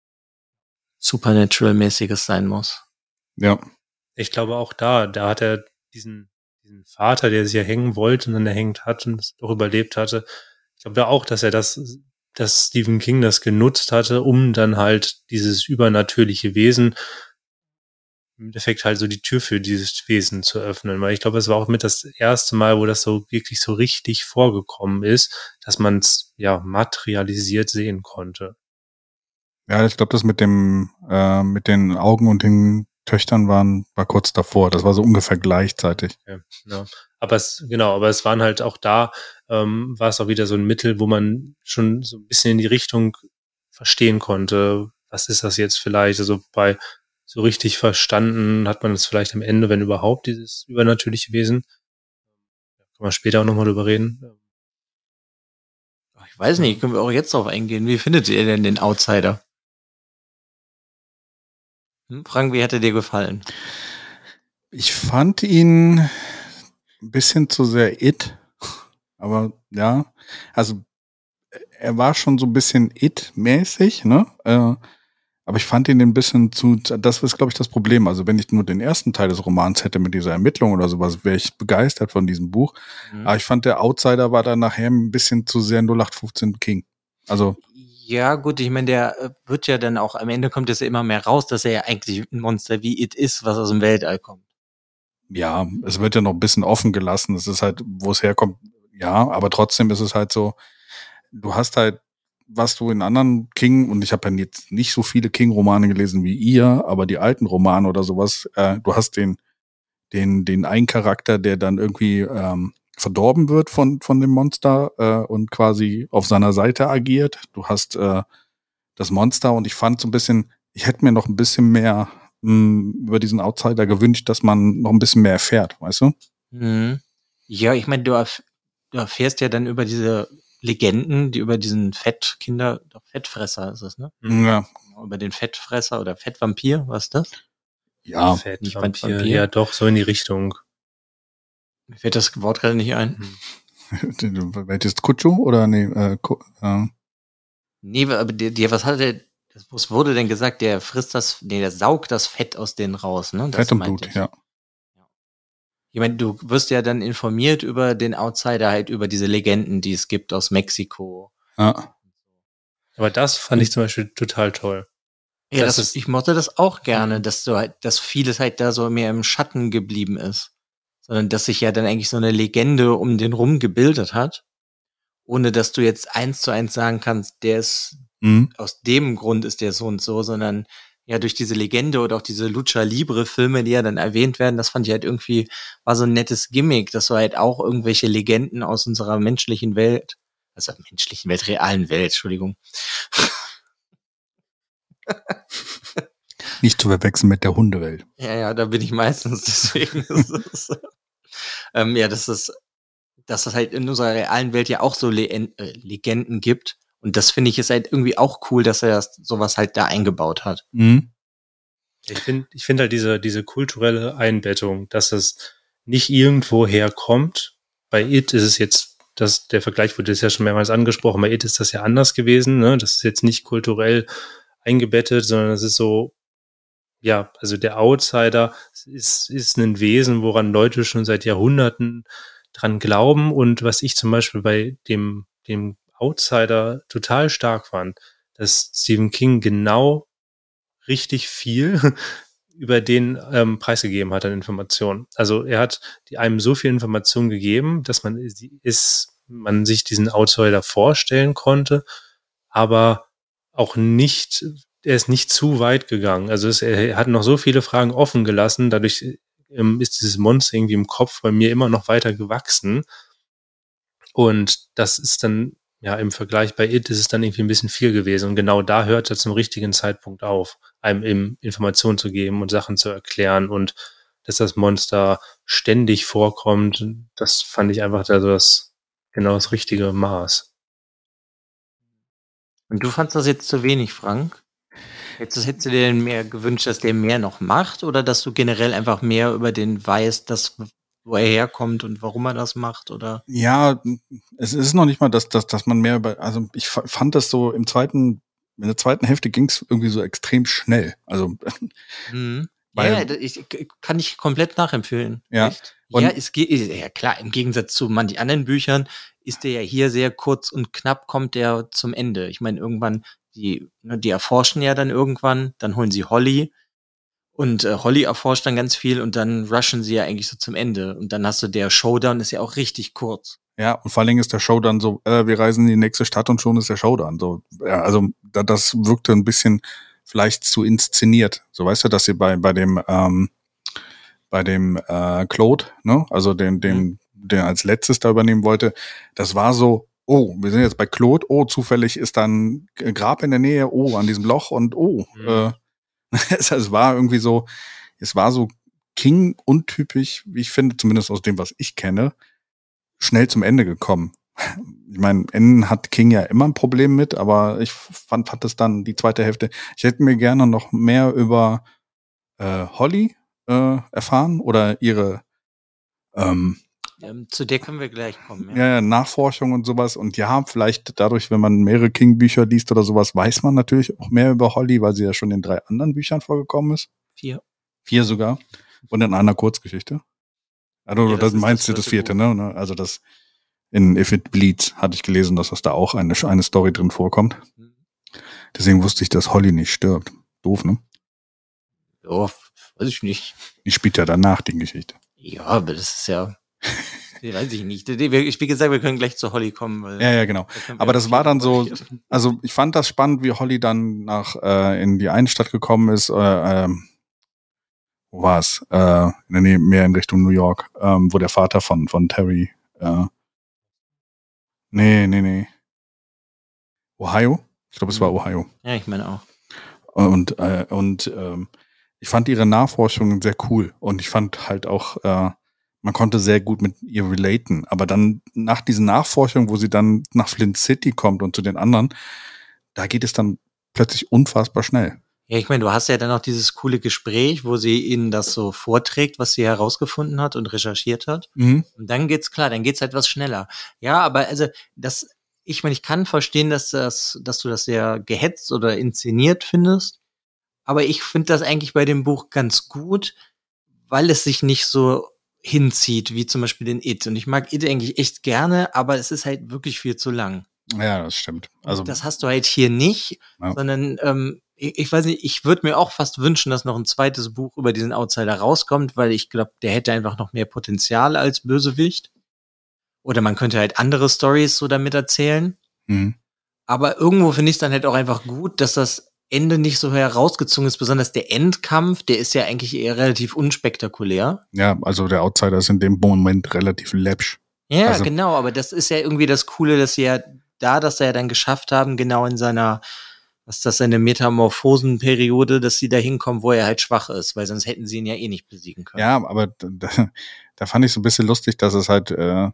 Supernatural-mäßiges sein muss. Ja. Ich glaube auch da, da hat er diesen, diesen Vater, der sich ja hängen wollte und dann erhängt hat und es doch überlebt hatte. Ich glaube da auch, dass er das, dass Stephen King das genutzt hatte, um dann halt dieses übernatürliche Wesen im Endeffekt halt so die Tür für dieses Wesen zu öffnen, weil ich glaube, es war auch mit das erste Mal, wo das so wirklich so richtig vorgekommen ist, dass man es ja materialisiert sehen konnte. Ja, ich glaube, das mit dem äh, mit den Augen und den Töchtern waren war kurz davor. Das war so ungefähr gleichzeitig. Ja, ja. Aber es genau, aber es waren halt auch da ähm, war es auch wieder so ein Mittel, wo man schon so ein bisschen in die Richtung verstehen konnte. Was ist das jetzt vielleicht? Also bei so richtig verstanden hat man es vielleicht am Ende, wenn überhaupt, dieses übernatürliche Wesen. Da kann man später auch nochmal drüber reden. Weiß nicht, können wir auch jetzt drauf eingehen. Wie findet ihr denn den Outsider? Hm, Frank, wie hat er dir gefallen? Ich fand ihn ein bisschen zu sehr It, aber ja, also er war schon so ein bisschen It-mäßig, ne? Äh, aber ich fand ihn ein bisschen zu, das ist, glaube ich, das Problem. Also wenn ich nur den ersten Teil des Romans hätte mit dieser Ermittlung oder sowas, wäre ich begeistert von diesem Buch. Mhm. Aber ich fand, der Outsider war dann nachher ein bisschen zu sehr null acht fünfzehn King. Also ja, gut, ich meine, der wird ja dann auch, am Ende kommt es ja immer mehr raus, dass er ja eigentlich ein Monster wie It ist, was aus dem Weltall kommt. Ja, es wird ja noch ein bisschen offen gelassen. Es ist halt, wo es herkommt, ja, aber trotzdem ist es halt so, du hast halt, was du in anderen King, und ich habe ja jetzt nicht so viele King-Romane gelesen wie ihr, aber die alten Romane oder sowas, äh, du hast den, den, den einen Charakter, der dann irgendwie ähm, verdorben wird von, von dem Monster äh, und quasi auf seiner Seite agiert. Du hast äh, das Monster und ich fand so ein bisschen, ich hätte mir noch ein bisschen mehr mh, über diesen Outsider gewünscht, dass man noch ein bisschen mehr erfährt, weißt du? Mhm. Ja, ich meine, du, erf- du erfährst ja dann über diese Legenden, die über diesen Fettkinder, doch Fettfresser ist es, ne? Ja. Über den Fettfresser oder Fettvampir, was ist das? Ja, Fettvampir, ja doch, so in die Richtung. Mir fällt das Wort gerade nicht ein. Welches Kutschu oder nee, äh, Ku- äh. Nee, aber der, der, was hat der, was wurde denn gesagt, der frisst das, nee, der saugt das Fett aus denen raus, ne? Das Fett und meinte Blut, ich. ja. Ich meine, du wirst ja dann informiert über den Outsider, halt über diese Legenden, die es gibt aus Mexiko. Ja. Aber das fand ich zum Beispiel total toll. Ja, Das das, ist- ich mochte das auch gerne, Mhm. dass so halt, dass vieles halt da so mehr im Schatten geblieben ist. Sondern dass sich ja dann eigentlich so eine Legende um den rum gebildet hat, ohne dass du jetzt eins zu eins sagen kannst, der ist, Mhm. aus dem Grund ist der so und so, sondern ja durch diese Legende oder auch diese Lucha Libre Filme, die ja dann erwähnt werden, das fand ich halt irgendwie, war so ein nettes Gimmick, dass du halt auch irgendwelche Legenden aus unserer menschlichen Welt, also menschlichen Welt, realen Welt, Entschuldigung. Nicht zu verwechseln mit der Hundewelt. Ja, ja, da bin ich meistens, deswegen ist es, ähm, ja, dass es, dass es halt in unserer realen Welt ja auch so Le äh, Legenden gibt. Und das finde ich ist halt irgendwie auch cool, dass er das, sowas halt da eingebaut hat. Mhm. Ich finde ich finde halt diese, diese kulturelle Einbettung, dass es nicht irgendwo herkommt. Bei It ist es jetzt, das, der Vergleich wurde jetzt ja schon mehrmals angesprochen, bei It ist das ja anders gewesen, ne? Das ist jetzt nicht kulturell eingebettet, sondern es ist so, ja, also der Outsider ist, ist ein Wesen, woran Leute schon seit Jahrhunderten dran glauben. Und was ich zum Beispiel bei dem, dem Outsider total stark fand, dass Stephen King genau richtig viel über den ähm, preisgegeben hat an Informationen. Also er hat die einem so viel Informationen gegeben, dass man ist, man sich diesen Outsider vorstellen konnte, aber auch nicht, er ist nicht zu weit gegangen. Also es, er hat noch so viele Fragen offen gelassen, dadurch ähm, ist dieses Monster irgendwie im Kopf bei mir immer noch weiter gewachsen. Und das ist dann, ja, im Vergleich bei It ist es dann irgendwie ein bisschen viel gewesen. Und genau da hört er zum richtigen Zeitpunkt auf, einem eben Informationen zu geben und Sachen zu erklären und dass das Monster ständig vorkommt. Das fand ich einfach also das, genau das richtige Maß. Und du fandst das jetzt zu wenig, Frank? Jetzt hättest du dir denn mehr gewünscht, dass der mehr noch macht oder dass du generell einfach mehr über den weißt, dass, wo er herkommt und warum er das macht, oder? Ja, es ist noch nicht mal, dass, dass, dass man mehr über, also ich f- fand das so im zweiten, in der zweiten Hälfte ging es irgendwie so extrem schnell. Also, Mhm. Weil- Ja, ja, ich, kann ich komplett nachempfehlen. Ja. Echt? Und- Ja, es geht, ja klar, im Gegensatz zu manchen anderen Büchern ist der ja hier sehr kurz und knapp, kommt der zum Ende. Ich meine, irgendwann, die, ne, die erforschen ja dann irgendwann, dann holen sie Holly und äh, Holly erforscht dann ganz viel und dann rushen sie ja eigentlich so zum Ende. Und dann hast du der Showdown, ist ja auch richtig kurz. ja, und vor allen Dingen ist der Show dann so, äh, wir reisen in die nächste Stadt und schon ist der Show dann. So, ja, also da, das wirkte ein bisschen vielleicht zu inszeniert. So, weißt du, dass sie bei, bei dem, ähm, bei dem äh, Claude, ne, also den, den, den als letztes da übernehmen wollte, das war so, oh, wir sind jetzt bei Claude, oh, zufällig ist dann ein Grab in der Nähe, oh, an diesem Loch und oh, Mhm. äh, es, es war irgendwie so, es war so King untypisch, wie ich finde, zumindest aus dem, was ich kenne, schnell zum Ende gekommen. ich meine, Enden hat King ja immer ein Problem mit, aber ich fand, fand es dann die zweite Hälfte. Ich hätte mir gerne noch mehr über äh, Holly äh, erfahren oder ihre ähm, Ähm, zu der können wir gleich kommen. ja, ja, Nachforschung und sowas. Und ja, vielleicht dadurch, wenn man mehrere King-Bücher liest oder sowas, weiß man natürlich auch mehr über Holly, weil sie ja schon in drei anderen Büchern vorgekommen ist. Vier. Vier sogar. Und in einer Kurzgeschichte. Also Ja, das das ist meinst das du das vierte vierte, ne? Also das in If It Bleeds hatte ich gelesen, dass das da auch eine, eine Story drin vorkommt. Mhm. Deswegen wusste ich, dass Holly nicht stirbt. Doof, ne? Ja, weiß ich nicht. Die spielt ja danach die Geschichte. Ja, aber das ist ja, nee, weiß ich nicht. Wir- Wie gesagt, wir können gleich zu Holly kommen. Weil Ja, ja, genau. da können wir Aber das viel war dann so, drüber reden. also ich fand das spannend, wie Holly dann nach äh, in die eine Stadt gekommen ist, äh, ähm, wo war's? Äh, in der Nähe, mehr in Richtung New York, ähm, wo der Vater von von Terry, äh, nee, nee, nee. Ohio? Ich glaube, es war Mhm. Ohio. Ja, ich meine auch. Und äh, und ähm, ich fand ihre Nachforschungen sehr cool und ich fand halt auch, äh, man konnte sehr gut mit ihr relaten. Aber dann nach diesen Nachforschungen, wo sie dann nach Flint City kommt und zu den anderen, da geht es dann plötzlich unfassbar schnell. Ja, ich meine, du hast ja dann noch dieses coole Gespräch, wo sie ihnen das so vorträgt, was sie herausgefunden hat und recherchiert hat. Mhm. Und dann geht's klar, dann geht's etwas schneller. Ja, aber also das, ich meine, ich kann verstehen, dass das, dass du das sehr gehetzt oder inszeniert findest. Aber ich finde das eigentlich bei dem Buch ganz gut, weil es sich nicht so hinzieht, wie zum Beispiel den It. Und ich mag It eigentlich echt gerne, aber es ist halt wirklich viel zu lang. Ja, das stimmt. Also Also das hast du halt hier nicht, Ja. sondern ähm, ich, ich weiß nicht, ich würde mir auch fast wünschen, dass noch ein zweites Buch über diesen Outsider rauskommt, weil ich glaube, der hätte einfach noch mehr Potenzial als Bösewicht. Oder man könnte halt andere Stories so damit erzählen. mhm. Aber irgendwo finde ich es dann halt auch einfach gut, dass das Ende nicht so herausgezogen ist. Besonders der Endkampf, der ist ja eigentlich eher relativ unspektakulär. Ja, also der Outsider ist in dem Moment relativ läppsch. Ja, Also- genau, aber das ist ja irgendwie das Coole, dass sie ja da, dass sie ja dann geschafft haben, genau in seiner, was ist das, seine Metamorphosenperiode, dass sie da hinkommen, wo er halt schwach ist, weil sonst hätten sie ihn ja eh nicht besiegen können. Ja, aber da, da fand ich so ein bisschen lustig, dass es halt äh,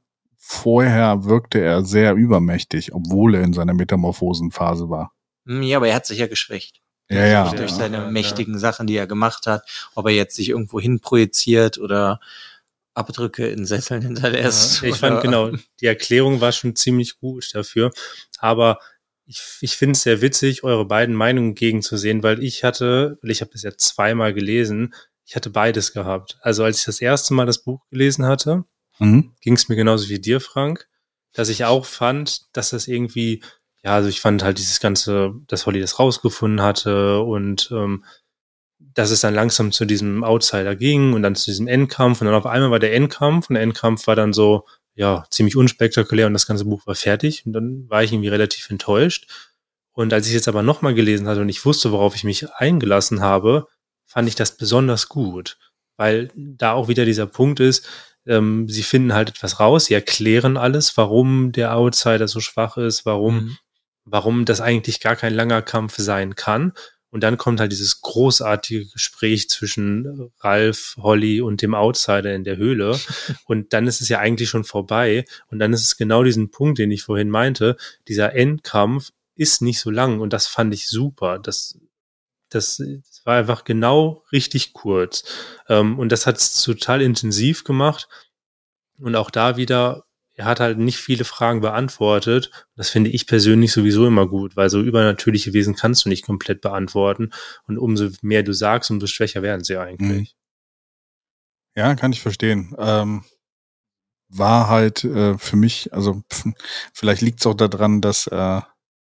vorher wirkte er sehr übermächtig, obwohl er in seiner Metamorphosenphase war. Hm, ja, aber er hat sich ja geschwächt. Ja, ja. Durch Ja, seine ja, mächtigen Sachen, die er gemacht hat, ob er jetzt sich irgendwo hin projiziert oder Abdrücke in Sesseln hinterlässt. Ja, ich oder, fand genau, die Erklärung war schon ziemlich gut dafür. Aber ich, ich finde es sehr witzig, eure beiden Meinungen gegenzusehen, weil ich hatte, weil ich habe das ja zweimal gelesen, ich hatte beides gehabt. Also als ich das erste Mal das Buch gelesen hatte, Mhm. ging es mir genauso wie dir, Frank, dass ich auch fand, dass das irgendwie, ja, also ich fand halt dieses ganze, dass Holly das rausgefunden hatte und ähm, dass es dann langsam zu diesem Outsider ging und dann zu diesem Endkampf und dann auf einmal war der Endkampf und der Endkampf war dann so, ja, ziemlich unspektakulär und das ganze Buch war fertig und dann war ich irgendwie relativ enttäuscht. Und als ich jetzt aber nochmal gelesen hatte und ich wusste, worauf ich mich eingelassen habe, fand ich das besonders gut, weil da auch wieder dieser Punkt ist, ähm, sie finden halt etwas raus, sie erklären alles, warum der Outsider so schwach ist, warum, Mhm. warum das eigentlich gar kein langer Kampf sein kann. Und dann kommt halt dieses großartige Gespräch zwischen Ralph, Holly und dem Outsider in der Höhle. Und dann ist es ja eigentlich schon vorbei. Und dann ist es genau diesen Punkt, den ich vorhin meinte. Dieser Endkampf ist nicht so lang. Und das fand ich super. Das, das, das war einfach genau richtig kurz. Ähm, und das hat es total intensiv gemacht. Und auch da wieder, er hat halt nicht viele Fragen beantwortet. Das finde ich persönlich sowieso immer gut, weil so übernatürliche Wesen kannst du nicht komplett beantworten. Und umso mehr du sagst, umso schwächer werden sie eigentlich. Ja, kann ich verstehen. Ähm, war halt äh, für mich, also pf, vielleicht liegt es auch daran, dass äh,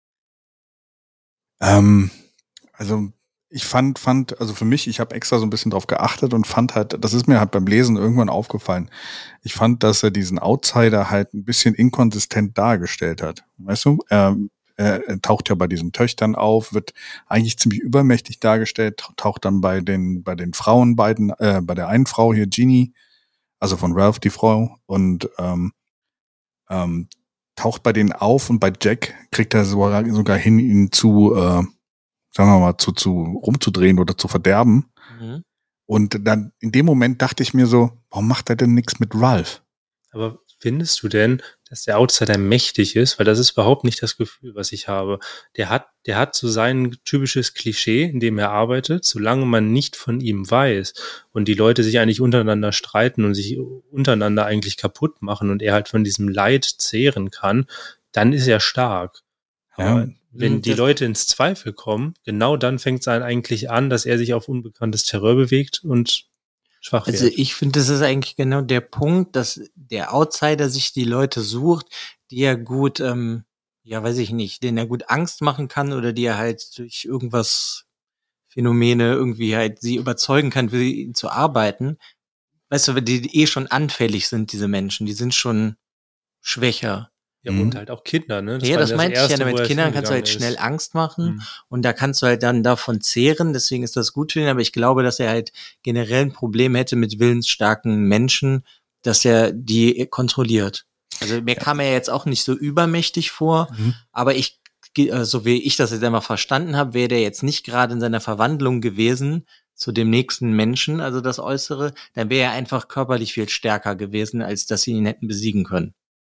ähm, also ich fand, fand, also für mich, ich habe extra so ein bisschen drauf geachtet und fand halt, das ist mir halt beim Lesen irgendwann aufgefallen. Ich fand, dass er diesen Outsider halt ein bisschen inkonsistent dargestellt hat. Weißt du, er, er, er taucht ja bei diesen Töchtern auf, wird eigentlich ziemlich übermächtig dargestellt, taucht dann bei den, bei den Frauen beiden, äh, bei der einen Frau hier, Jeannie, also von Ralph, die Frau, und ähm, ähm, taucht bei denen auf und bei Jack kriegt er sogar, sogar hin, ihn zu, äh, sagen wir mal, zu, zu rumzudrehen oder zu verderben. Mhm. Und dann in dem Moment dachte ich mir so, warum macht er denn nichts mit Ralph? Aber findest du denn, dass der Outsider mächtig ist, weil das ist überhaupt nicht das Gefühl, was ich habe. Der hat, der hat so sein typisches Klischee, in dem er arbeitet, solange man nicht von ihm weiß und die Leute sich eigentlich untereinander streiten und sich untereinander eigentlich kaputt machen und er halt von diesem Leid zehren kann, dann ist er stark. Ja. Aber wenn die Das- Leute ins Zweifel kommen, genau dann fängt es dann eigentlich an, dass er sich auf unbekanntes Terror bewegt und schwach Also wird. ich finde, das ist eigentlich genau der Punkt, dass der Outsider sich die Leute sucht, die er gut, ähm, ja, weiß ich nicht, denen er gut Angst machen kann oder die er halt durch irgendwas Phänomene irgendwie halt sie überzeugen kann, für ihn zu arbeiten. Weißt du, die, die eh schon anfällig sind, diese Menschen, die sind schon schwächer. Ja, Mhm. und halt auch Kinder, ne? ja, war das meinte ich ja, Erste, wo mit er Kindern kannst du halt hingegangen schnell ist. Angst machen. Mhm. Und da kannst du halt dann davon zehren, deswegen ist das gut für ihn, aber ich glaube, dass er halt generell ein Problem hätte mit willensstarken Menschen, dass er die kontrolliert. Also mir kam er jetzt auch nicht so übermächtig vor, Mhm. aber ich, äh, so wie ich das jetzt einmal verstanden habe, wäre der jetzt nicht gerade in seiner Verwandlung gewesen zu dem nächsten Menschen, also das Äußere, dann wäre er einfach körperlich viel stärker gewesen, als dass sie ihn hätten besiegen können.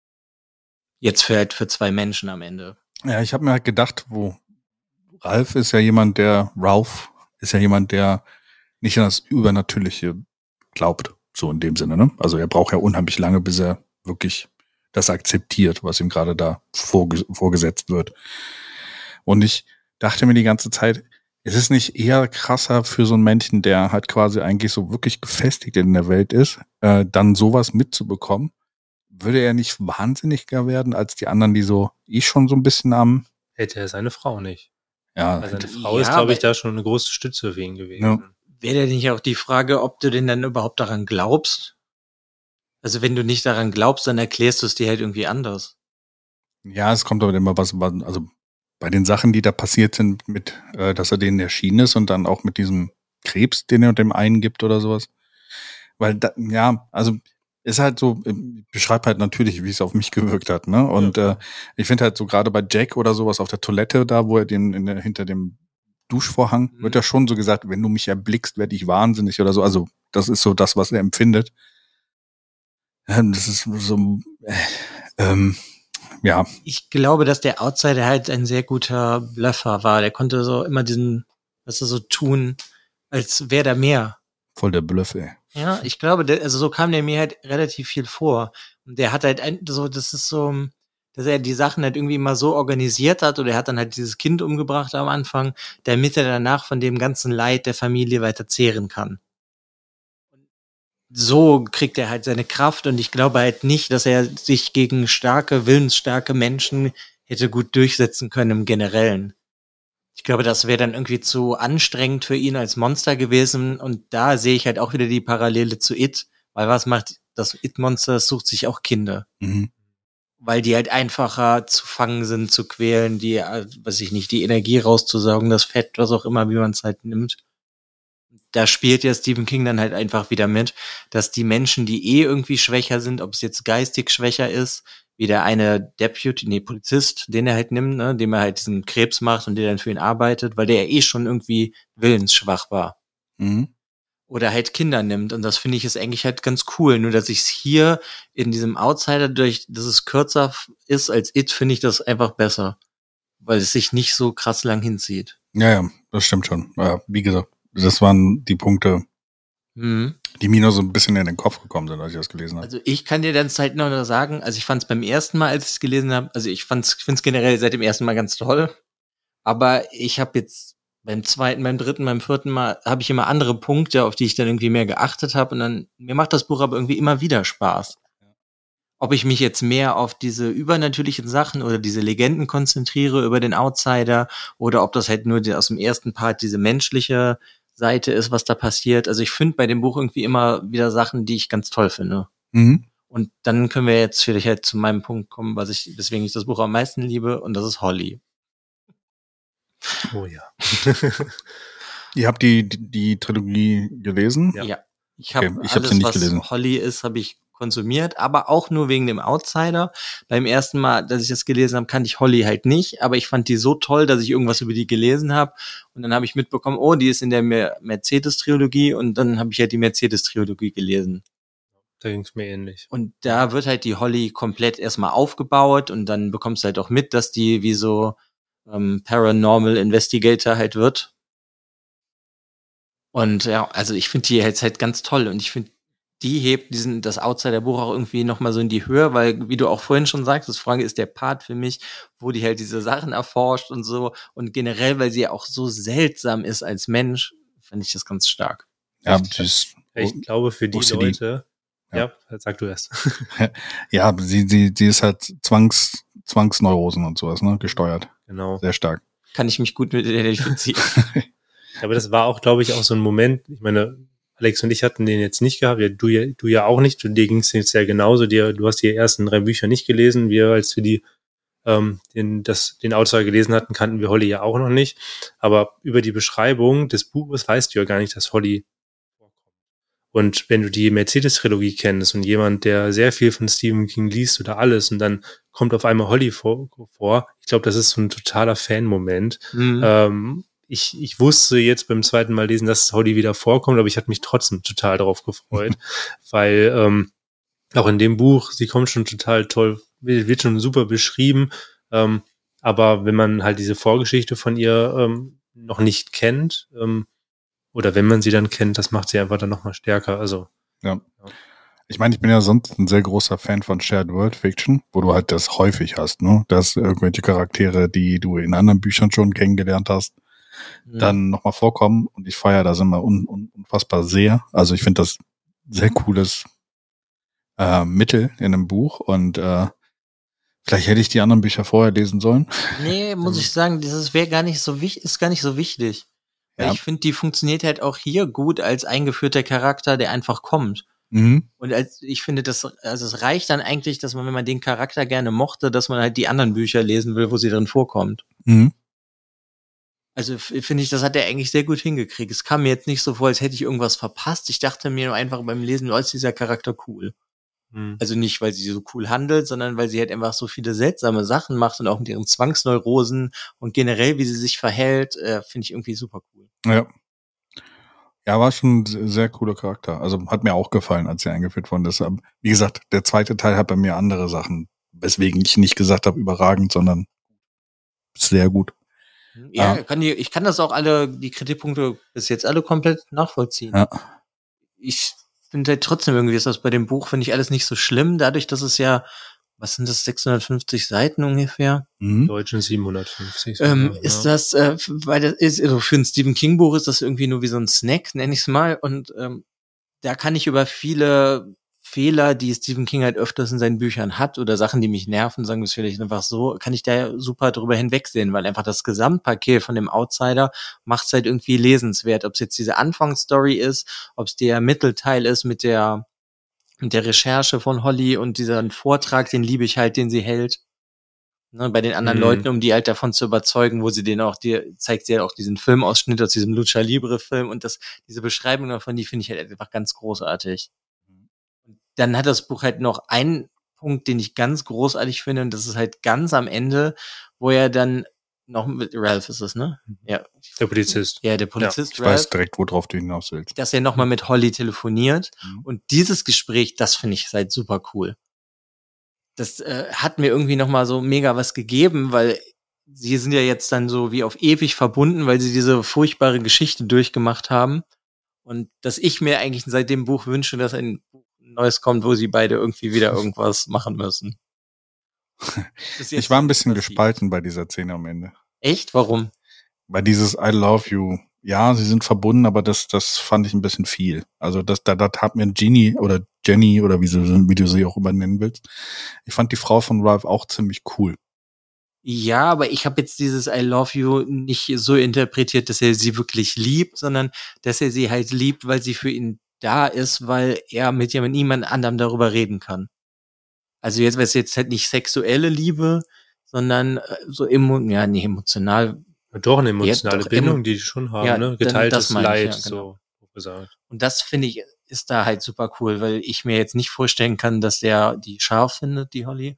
Jetzt für halt für zwei Menschen am Ende. Ja, ich habe mir halt gedacht, wo Ralph ist ja jemand, der, Ralph ist ja jemand, der nicht an das Übernatürliche glaubt, so in dem Sinne, ne? Also er braucht ja unheimlich lange, bis er wirklich das akzeptiert, was ihm gerade da vorge- vorgesetzt wird. Und ich dachte mir die ganze Zeit, ist es nicht eher krasser für so einen Menschen, der halt quasi eigentlich so wirklich gefestigt in der Welt ist, äh, dann sowas mitzubekommen? Würde er nicht wahnsinniger werden als die anderen, die so eh schon so ein bisschen am, Hätte er seine Frau nicht. ja, Weil seine Frau Ja, ist, glaube ich, aber- da schon eine große Stütze für ihn gewesen. Ja. Wäre denn nicht auch die Frage, ob du denn dann überhaupt daran glaubst? Also wenn du nicht daran glaubst, dann erklärst du es dir halt irgendwie anders. ja, es kommt aber immer was, was- also bei den Sachen, die da passiert sind, mit, äh, dass er denen erschienen ist und dann auch mit diesem Krebs, den er dem einen gibt oder sowas. Weil, da, ja, also ist halt so, ich beschreibe halt natürlich, wie es auf mich gewirkt hat, ne? Und Ja, äh, ich finde halt so gerade bei Jack oder sowas auf der Toilette da, wo er den in der, hinter dem Duschvorhang, Mhm. wird ja schon so gesagt, wenn du mich erblickst, werde ich wahnsinnig oder so. Also das ist so das, was er empfindet. Ähm, Das ist so, äh, ähm, ja, Ich glaube, dass der Outsider halt ein sehr guter Bluffer war. Der konnte so immer diesen, was er so tun, als wäre da mehr. voll der Bluff, ey. Ja, ich glaube, der, also so kam der mir halt relativ viel vor. Und der hat halt ein, so, das ist so, dass er die Sachen halt irgendwie immer so organisiert hat oder er hat dann halt dieses Kind umgebracht am Anfang, damit er danach von dem ganzen Leid der Familie weiter zehren kann. So kriegt er halt seine Kraft und ich glaube halt nicht, dass er sich gegen starke, willensstarke Menschen hätte gut durchsetzen können im Generellen. Ich glaube, das wäre dann irgendwie zu anstrengend für ihn als Monster gewesen und da sehe ich halt auch wieder die Parallele zu It, weil was macht das It-Monster? Es sucht sich auch Kinder, Mhm. weil die halt einfacher zu fangen sind, zu quälen, die, äh, weiß ich nicht, die Energie rauszusaugen, das Fett, was auch immer, wie man es halt nimmt. Da spielt ja Stephen King dann halt einfach wieder mit, dass die Menschen, die eh irgendwie schwächer sind, ob es jetzt geistig schwächer ist, wie der eine Deputy, nee, Polizist, den er halt nimmt, ne, dem er halt diesen Krebs macht und der dann für ihn arbeitet, weil der ja eh schon irgendwie willensschwach war. Mhm. Oder halt Kinder nimmt. Und das finde ich ist eigentlich halt ganz cool. Nur, dass ich es hier in diesem Outsider, durch, dass es kürzer ist als It, finde ich das einfach besser. Weil es sich nicht so krass lang hinzieht. Ja, ja, das stimmt schon. Ja, wie gesagt, das waren die Punkte, Mhm. die mir nur so ein bisschen in den Kopf gekommen sind, als ich das gelesen habe. Also ich kann dir dann halt noch nur sagen, also ich fand es beim ersten Mal, als ich es gelesen habe, also ich fand's, finde es generell seit dem ersten Mal ganz toll. Aber ich habe jetzt beim zweiten, beim dritten, beim vierten Mal habe ich immer andere Punkte, auf die ich dann irgendwie mehr geachtet habe. Und dann, mir macht das Buch aber irgendwie immer wieder Spaß. Ob ich mich jetzt mehr auf diese übernatürlichen Sachen oder diese Legenden konzentriere über den Outsider oder ob das halt nur die, aus dem ersten Part diese menschliche Seite ist, was da passiert. Also ich finde bei dem Buch irgendwie immer wieder Sachen, die ich ganz toll finde. Mhm. Und dann können wir jetzt vielleicht halt zu meinem Punkt kommen, was ich, weswegen ich das Buch am meisten liebe, und das ist Holly. Oh ja. Ihr habt die, die, die Trilogie gelesen? Ja. Ja. Ich habe Okay, ich hab alles, sie nicht was gelesen. Holly ist, habe ich konsumiert, aber auch nur wegen dem Outsider. Beim ersten Mal, dass ich das gelesen habe, kannte ich Holly halt nicht, aber ich fand die so toll, dass ich irgendwas über die gelesen habe. Und dann habe ich mitbekommen, oh, die ist in der Mer- Mercedes-Trilogie und dann habe ich halt die Mercedes-Trilogie gelesen. da ging es mir ähnlich. Und da wird halt die Holly komplett erstmal aufgebaut und dann bekommst du halt auch mit, dass die wie so ähm, Paranormal Investigator halt wird. Und ja, also ich finde die jetzt halt ganz toll und ich finde, die hebt diesen, das Outsider-Buch auch irgendwie nochmal so in die Höhe, weil, wie du auch vorhin schon sagst, das Frage ist der Part für mich, wo die halt diese Sachen erforscht und so und generell, weil sie ja auch so seltsam ist als Mensch, finde ich das ganz stark. Ja, das ist, Ich glaube, für die O C D. Leute, ja, Ja. sag du erst. ja, sie, sie, sie ist halt Zwangs, Zwangsneurosen und sowas, ne, gesteuert. Genau. Sehr stark. Kann ich mich gut mit identifizieren. Aber das war auch, glaube ich, auch so ein Moment, ich meine, Alex und ich hatten den jetzt nicht gehabt, ja, du, ja, du ja auch nicht, dir ging es jetzt ja genauso, dir, du hast die ersten drei Bücher nicht gelesen, wir, als wir die, ähm, den, das, den Outsider gelesen hatten, kannten wir Holly ja auch noch nicht, aber über die Beschreibung des Buches weißt du ja gar nicht, dass Holly vorkommt. Und wenn du die Mercedes-Trilogie kennst und jemand, der sehr viel von Stephen King liest oder alles und dann kommt auf einmal Holly vor, vor ich glaube, das ist so ein totaler Fan-Moment. Mhm. Ähm, Ich, ich wusste jetzt beim zweiten Mal lesen, dass Holly wieder vorkommt, aber ich hatte mich trotzdem total darauf gefreut, weil ähm, auch in dem Buch, sie kommt schon total toll, wird schon super beschrieben, ähm, aber wenn man halt diese Vorgeschichte von ihr ähm, noch nicht kennt, ähm, oder wenn man sie dann kennt, das macht sie einfach dann nochmal stärker, also. Ja. Ich meine, ich bin ja sonst ein sehr großer Fan von Shared World Fiction, wo du halt das häufig hast, ne, dass irgendwelche Charaktere, die du in anderen Büchern schon kennengelernt hast, dann nochmal vorkommen und ich feiere das immer un, un, unfassbar sehr. Also ich finde das sehr cooles äh, Mittel in einem Buch und äh, vielleicht hätte ich die anderen Bücher vorher lesen sollen. Nee, muss ich sagen, das wäre gar nicht so wichtig, ist gar nicht so wichtig. Weil Ja. ich finde, die funktioniert halt auch hier gut als eingeführter Charakter, der einfach kommt. Mhm. Und als, ich finde, das, also es reicht dann eigentlich, dass man, wenn man den Charakter gerne mochte, dass man halt die anderen Bücher lesen will, wo sie drin vorkommt. Mhm. Also f- finde ich, das hat er eigentlich sehr gut hingekriegt. Es kam mir jetzt nicht so vor, als hätte ich irgendwas verpasst. Ich dachte mir nur einfach beim Lesen, oh, ist dieser Charakter cool. Hm. Also nicht, weil sie so cool handelt, sondern weil sie halt einfach so viele seltsame Sachen macht und auch mit ihren Zwangsneurosen und generell, wie sie sich verhält, äh, finde ich irgendwie super cool. Ja. Ja, war schon ein sehr, sehr cooler Charakter. Also hat mir auch gefallen, als sie eingeführt worden ist. Aber wie gesagt, der zweite Teil hat bei mir andere Sachen, weswegen ich nicht gesagt habe überragend, sondern sehr gut. Ja, Ja. kann die, ich kann das auch alle, die Kritikpunkte bis jetzt alle komplett nachvollziehen. Ja. Ich finde halt trotzdem irgendwie ist das bei dem Buch, finde ich alles nicht so schlimm, dadurch, dass es ja, was sind das, sechshundertfünfzig Seiten ungefähr? Mhm. Deutschen siebenhundertfünfzig. Ähm, ja. ist das, äh, weil das ist, also für ein Stephen King Buch ist das irgendwie nur wie so ein Snack, nenne ich es mal. Und ähm, da kann ich über viele Fehler, die Stephen King halt öfters in seinen Büchern hat oder Sachen, die mich nerven, sagen wir es vielleicht einfach so, kann ich da super drüber hinwegsehen, weil einfach das Gesamtpaket von dem Outsider macht es halt irgendwie lesenswert. Ob es jetzt diese Anfangsstory ist, ob es der Mittelteil ist mit der mit der Recherche von Holly und dieser Vortrag, den liebe ich halt, den sie hält. Ne, bei den anderen Mhm. Leuten, um die halt davon zu überzeugen, wo sie den auch, die zeigt sie ja auch diesen Filmausschnitt aus diesem Lucha Libre Film und das, diese Beschreibung davon, die finde ich halt einfach ganz großartig. Und dann hat das Buch halt noch einen Punkt, den ich ganz großartig finde und das ist halt ganz am Ende, wo er dann noch mit Ralph ist es, ne? Ja. Der Polizist. Ja, der Polizist Ich Ralph, weiß direkt, worauf du hinaus willst. dass er nochmal mit Holly telefoniert Mhm. und dieses Gespräch, das finde ich halt super cool. Das äh, hat mir irgendwie nochmal so mega was gegeben, weil sie sind ja jetzt dann so wie auf ewig verbunden, weil sie diese furchtbare Geschichte durchgemacht haben. Und dass ich mir eigentlich seit dem Buch wünsche, dass ein Buch Neues kommt, wo sie beide irgendwie wieder irgendwas machen müssen. Das ist jetzt Ich war ein nicht bisschen passiert. gespalten bei dieser Szene am Ende. Echt? Warum? Bei dieses I love you. Ja, sie sind verbunden, aber das, das fand ich ein bisschen viel. Also das, da, da tat mir Ginny oder Jenny oder wie, sie, wie du sie auch immer nennen willst. Ich fand die Frau von Ralph auch ziemlich cool. Ja, aber ich habe jetzt dieses I love you nicht so interpretiert, dass er sie wirklich liebt, sondern dass er sie halt liebt, weil sie für ihn da ist, weil er mit jemand niemand anderem darüber reden kann. Also jetzt, was jetzt halt nicht sexuelle Liebe, sondern äh, so emo ja, nee, emotional. Doch eine emotionale Ja, doch, Bindung, emo- die die schon haben, Ja, ne? dann- Geteiltes das meine ich, Leid, ja, genau. so gesagt. Und das finde ich ist da halt super cool, weil ich mir jetzt nicht vorstellen kann, dass der die scharf findet, die Holly.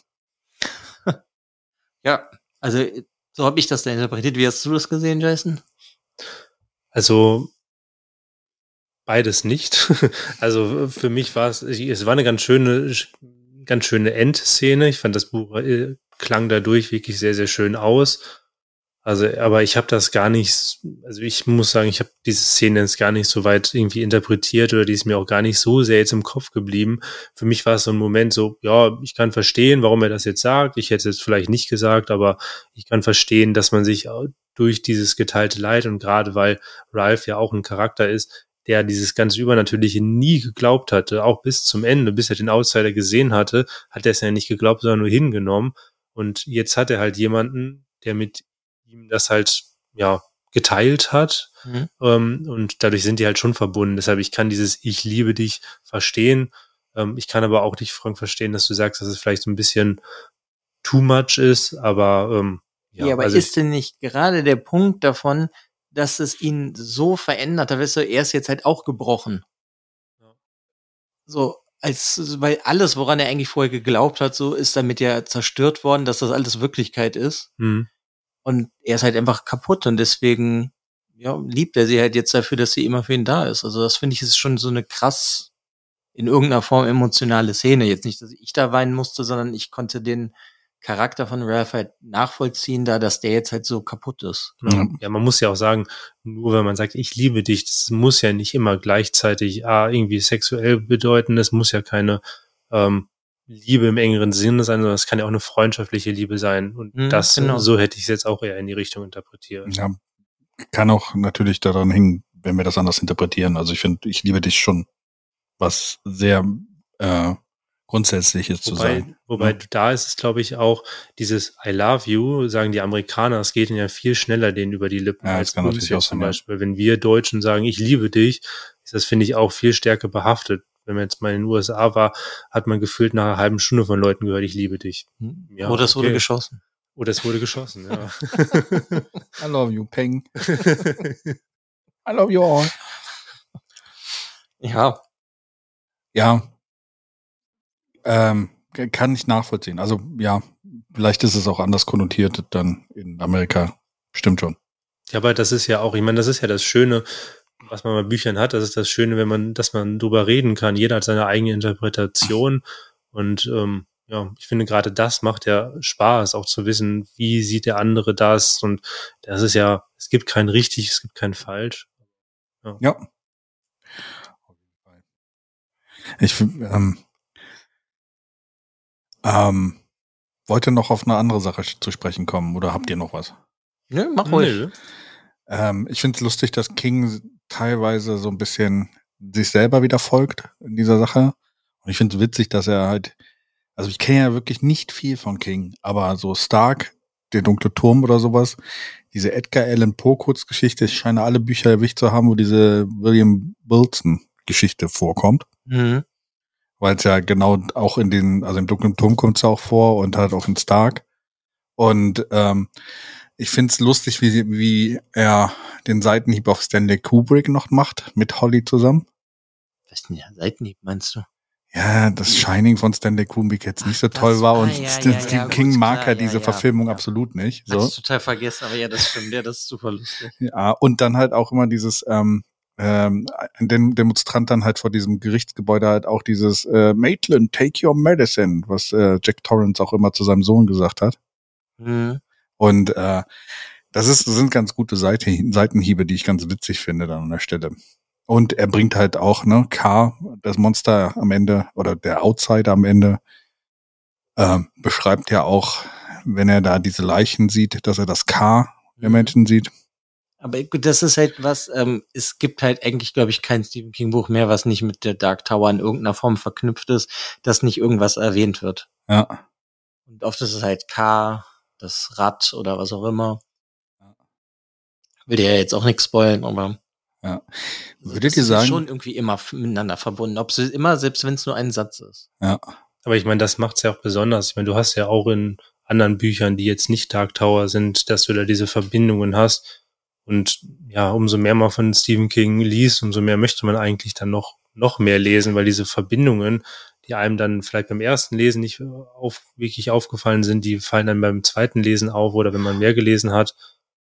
Ja, also so habe ich das da interpretiert. Wie hast du das gesehen, Jason? Also beides nicht. Also für mich war es, es war eine ganz schöne, ganz schöne Endszene. Ich fand, das Buch äh, klang dadurch wirklich sehr, sehr schön aus. Also, aber ich habe das gar nicht, also ich muss sagen, ich habe diese Szene jetzt gar nicht so weit irgendwie interpretiert oder die ist mir auch gar nicht so sehr jetzt im Kopf geblieben. Für mich war es so ein Moment so, ja, ich kann verstehen, warum er das jetzt sagt. Ich hätte es jetzt vielleicht nicht gesagt, aber ich kann verstehen, dass man sich durch dieses geteilte Leid und gerade weil Ralph ja auch ein Charakter ist, der dieses ganze Übernatürliche nie geglaubt hatte, auch bis zum Ende, bis er den Outsider gesehen hatte, hat er es ja nicht geglaubt, sondern nur hingenommen. Und jetzt hat er halt jemanden, der mit ihm das halt, ja, geteilt hat. Mhm. Ähm, und dadurch sind die halt schon verbunden. Deshalb, ich kann dieses Ich liebe dich verstehen. Ähm, ich kann aber auch dich, Frank, verstehen, dass du sagst, dass es vielleicht so ein bisschen too much ist, aber ähm, ja. Ja, aber also ist denn nicht gerade der Punkt davon, dass es ihn so verändert, da weißt du, er ist jetzt halt auch gebrochen. Ja. So, als, weil alles, woran er eigentlich vorher geglaubt hat, so ist damit ja zerstört worden, dass das alles Wirklichkeit ist. Mhm. Und er ist halt einfach kaputt und deswegen, ja, liebt er sie halt jetzt dafür, dass sie immer für ihn da ist. Also das finde ich ist schon so eine krass, in irgendeiner Form emotionale Szene. Jetzt nicht, dass ich da weinen musste, sondern ich konnte den Charakter von Ralph halt nachvollziehen, da, dass der jetzt halt so kaputt ist. Ja, ja, man muss ja auch sagen, nur wenn man sagt, ich liebe dich, das muss ja nicht immer gleichzeitig ah, irgendwie sexuell bedeuten, das muss ja keine ähm, Liebe im engeren Sinne sein, sondern es kann ja auch eine freundschaftliche Liebe sein. Und mhm, das, genau. So hätte ich es jetzt auch eher in die Richtung interpretiert. Ja, kann auch natürlich daran hängen, wenn wir das anders interpretieren. Also ich finde, ich liebe dich schon was sehr äh, Grundsätzliches zu wobei, sagen. Wobei ja. Da ist es, glaube ich, auch dieses I love you, sagen die Amerikaner, es geht ihnen ja viel schneller denen über die Lippen ja, als kann uns jetzt zum Beispiel. Ja. Wenn wir Deutschen sagen, ich liebe dich, ist das, finde ich, auch viel stärker behaftet. Wenn man jetzt mal in den U S A war, hat man gefühlt nach einer halben Stunde von Leuten gehört, ich liebe dich. Ja, Oder es okay. wurde geschossen. Oder es wurde geschossen, ja. I love you, Peng. I love you all. Ja. Ja. Ähm, kann ich nachvollziehen. Also ja, vielleicht ist es auch anders konnotiert dann in Amerika. Stimmt schon. Ja, aber das ist ja auch, ich meine, das ist ja das Schöne, was man bei Büchern hat, das ist das Schöne, wenn man, dass man drüber reden kann. Jeder hat seine eigene Interpretation und ähm, ja, ich finde gerade das macht ja Spaß, auch zu wissen, wie sieht der andere das und das ist ja, es gibt kein richtig, es gibt kein falsch. Ja. ja. Ich ähm, ähm, wollte noch auf eine andere Sache zu sprechen kommen oder habt ihr noch was? Nö, mach ruhig. Ähm, ich finde es lustig, dass King teilweise so ein bisschen sich selber wieder folgt in dieser Sache. Und ich finde es witzig, dass er halt, also ich kenne ja wirklich nicht viel von King, aber so Stark, der dunkle Turm oder sowas, diese Edgar Allan Poe Kurzgeschichte, ich scheine alle Bücher erwischt zu haben, wo diese William Wilson Geschichte vorkommt. Mhm. Weil es ja genau auch in den, also im dunklen Turm kommt es auch vor und halt auch in Stark. Und ähm, ich find's lustig, wie, wie er den Seitenhieb auf Stanley Kubrick noch macht, mit Holly zusammen. Was ist denn der Seitenhieb, meinst du? Ja, das Shining von Stanley Kubrick jetzt nicht so Ach, toll war und ah, ja, Stephen ja, ja, King gut, mag klar, ja diese ja, Verfilmung ja. absolut nicht. So. Hab ich total vergessen, aber ja, das stimmt, ja, das ist super lustig. Ja, und dann halt auch immer dieses, ähm, ähm, den Demonstrant dann halt vor diesem Gerichtsgebäude halt auch dieses äh, Maitland, take your medicine, was äh, Jack Torrance auch immer zu seinem Sohn gesagt hat. Mhm. Und äh, das ist, das sind ganz gute Seite, Seitenhiebe, die ich ganz witzig finde dann an der Stelle. Und er bringt halt auch, ne, K, das Monster am Ende, oder der Outsider am Ende, äh, beschreibt ja auch, wenn er da diese Leichen sieht, dass er das K der Menschen sieht. Aber gut, das ist halt was, ähm, es gibt halt eigentlich, glaube ich, kein Stephen King Buch mehr, was nicht mit der Dark Tower in irgendeiner Form verknüpft ist, dass nicht irgendwas erwähnt wird. Ja. Und oft ist es halt K, das Rad oder was auch immer. Will dir ja jetzt auch nichts spoilen, aber ja. Würdet ihr sagen? Ist schon irgendwie immer miteinander verbunden, ob sie immer, selbst wenn es nur ein Satz ist. Ja. Aber ich meine, das macht's ja auch besonders. Ich meine, du hast ja auch in anderen Büchern, die jetzt nicht Dark Tower sind, dass du da diese Verbindungen hast. Und ja, umso mehr man von Stephen King liest, umso mehr möchte man eigentlich dann noch noch mehr lesen, weil diese Verbindungen, die einem dann vielleicht beim ersten Lesen nicht auf, wirklich aufgefallen sind, die fallen dann beim zweiten Lesen auf oder wenn man mehr gelesen hat.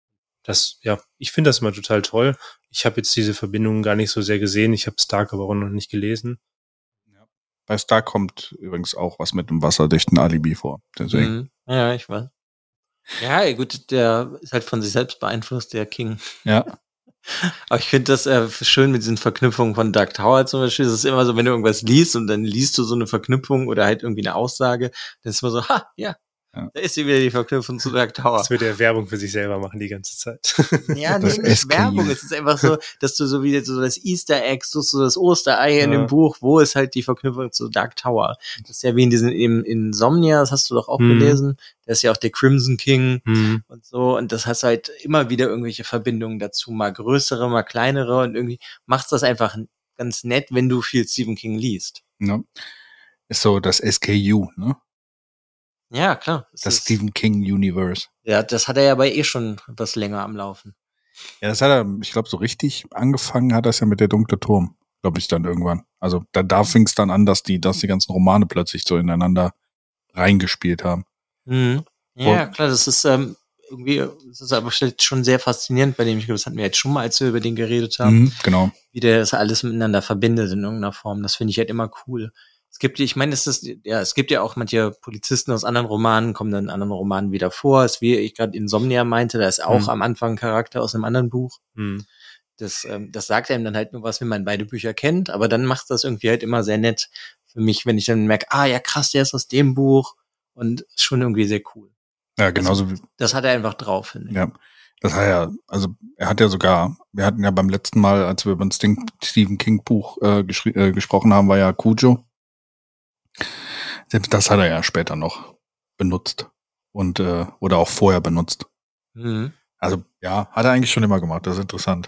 das, ja, ich finde das immer total toll. Ich habe jetzt diese Verbindungen gar nicht so sehr gesehen. Ich habe Stark aber auch noch nicht gelesen. Ja. Bei Stark kommt übrigens auch was mit einem wasserdichten Alibi vor. Deswegen. Mhm. Ja, ich weiß. Ja, gut, der ist halt von sich selbst beeinflusst, der King. Ja. Aber ich finde das äh, schön mit diesen Verknüpfungen von Dark Tower zum Beispiel. Es ist immer so, wenn du irgendwas liest und dann liest du so eine Verknüpfung oder halt irgendwie eine Aussage, dann ist immer so, ha, ja, Ja. da ist sie wieder die Verknüpfung zu Dark Tower. Das wird ja Werbung für sich selber machen die ganze Zeit. Ja, nee, Das nicht S K U. Werbung. Es ist einfach so, dass du so wie so das Easter Egg, so, so das Osterei in Ja. dem Buch, wo ist halt die Verknüpfung zu Dark Tower. Das ist ja wie in diesem in Insomnia, das hast du doch auch Mhm. gelesen. Da ist ja auch der Crimson King Hm. und so. Und das hast halt immer wieder irgendwelche Verbindungen dazu, mal größere, mal kleinere. Und irgendwie macht's das einfach ganz nett, wenn du viel Stephen King liest. Ja. Ist so das S K U, ne? Ja, klar. Es Das ist- Stephen King Universe. Ja, das hat er ja bei eh schon was länger am Laufen. Ja, das hat er, ich glaube, so richtig angefangen hat das ja mit der dunkle Turm, glaube ich, dann irgendwann. Also da, da fing es dann an, dass die, dass die ganzen Romane plötzlich so ineinander reingespielt haben. Mhm. Ja, klar, das ist ähm, irgendwie, das ist aber schon sehr faszinierend bei dem. Ich glaube, das hatten wir jetzt schon mal, als wir über den geredet haben, Mhm, genau. wie der das alles miteinander verbindet in irgendeiner Form. Das finde ich halt immer cool. Es gibt, ich meine, es ist, ja, es gibt ja auch manche Polizisten aus anderen Romanen, kommen dann in anderen Romanen wieder vor. Es wie ich gerade Insomnia meinte, da ist auch Mhm. am Anfang ein Charakter aus einem anderen Buch. Hm. Das, ähm, das sagt einem dann halt nur was, wenn man beide Bücher kennt, aber dann macht das irgendwie halt immer sehr nett für mich, wenn ich dann merke, ah ja krass, der ist aus dem Buch und ist schon irgendwie sehr cool. Ja, genauso wie, Das hat er einfach drauf, finde ich. ja. Das hat er, also er hat ja sogar, wir hatten ja beim letzten Mal, als wir über ein Sting- Stephen King Buch äh, geschri- äh, gesprochen haben, war ja Cujo. Selbst das hat er ja später noch benutzt und äh, oder auch vorher benutzt. Mhm. Also ja, hat er eigentlich schon immer gemacht. Das ist interessant.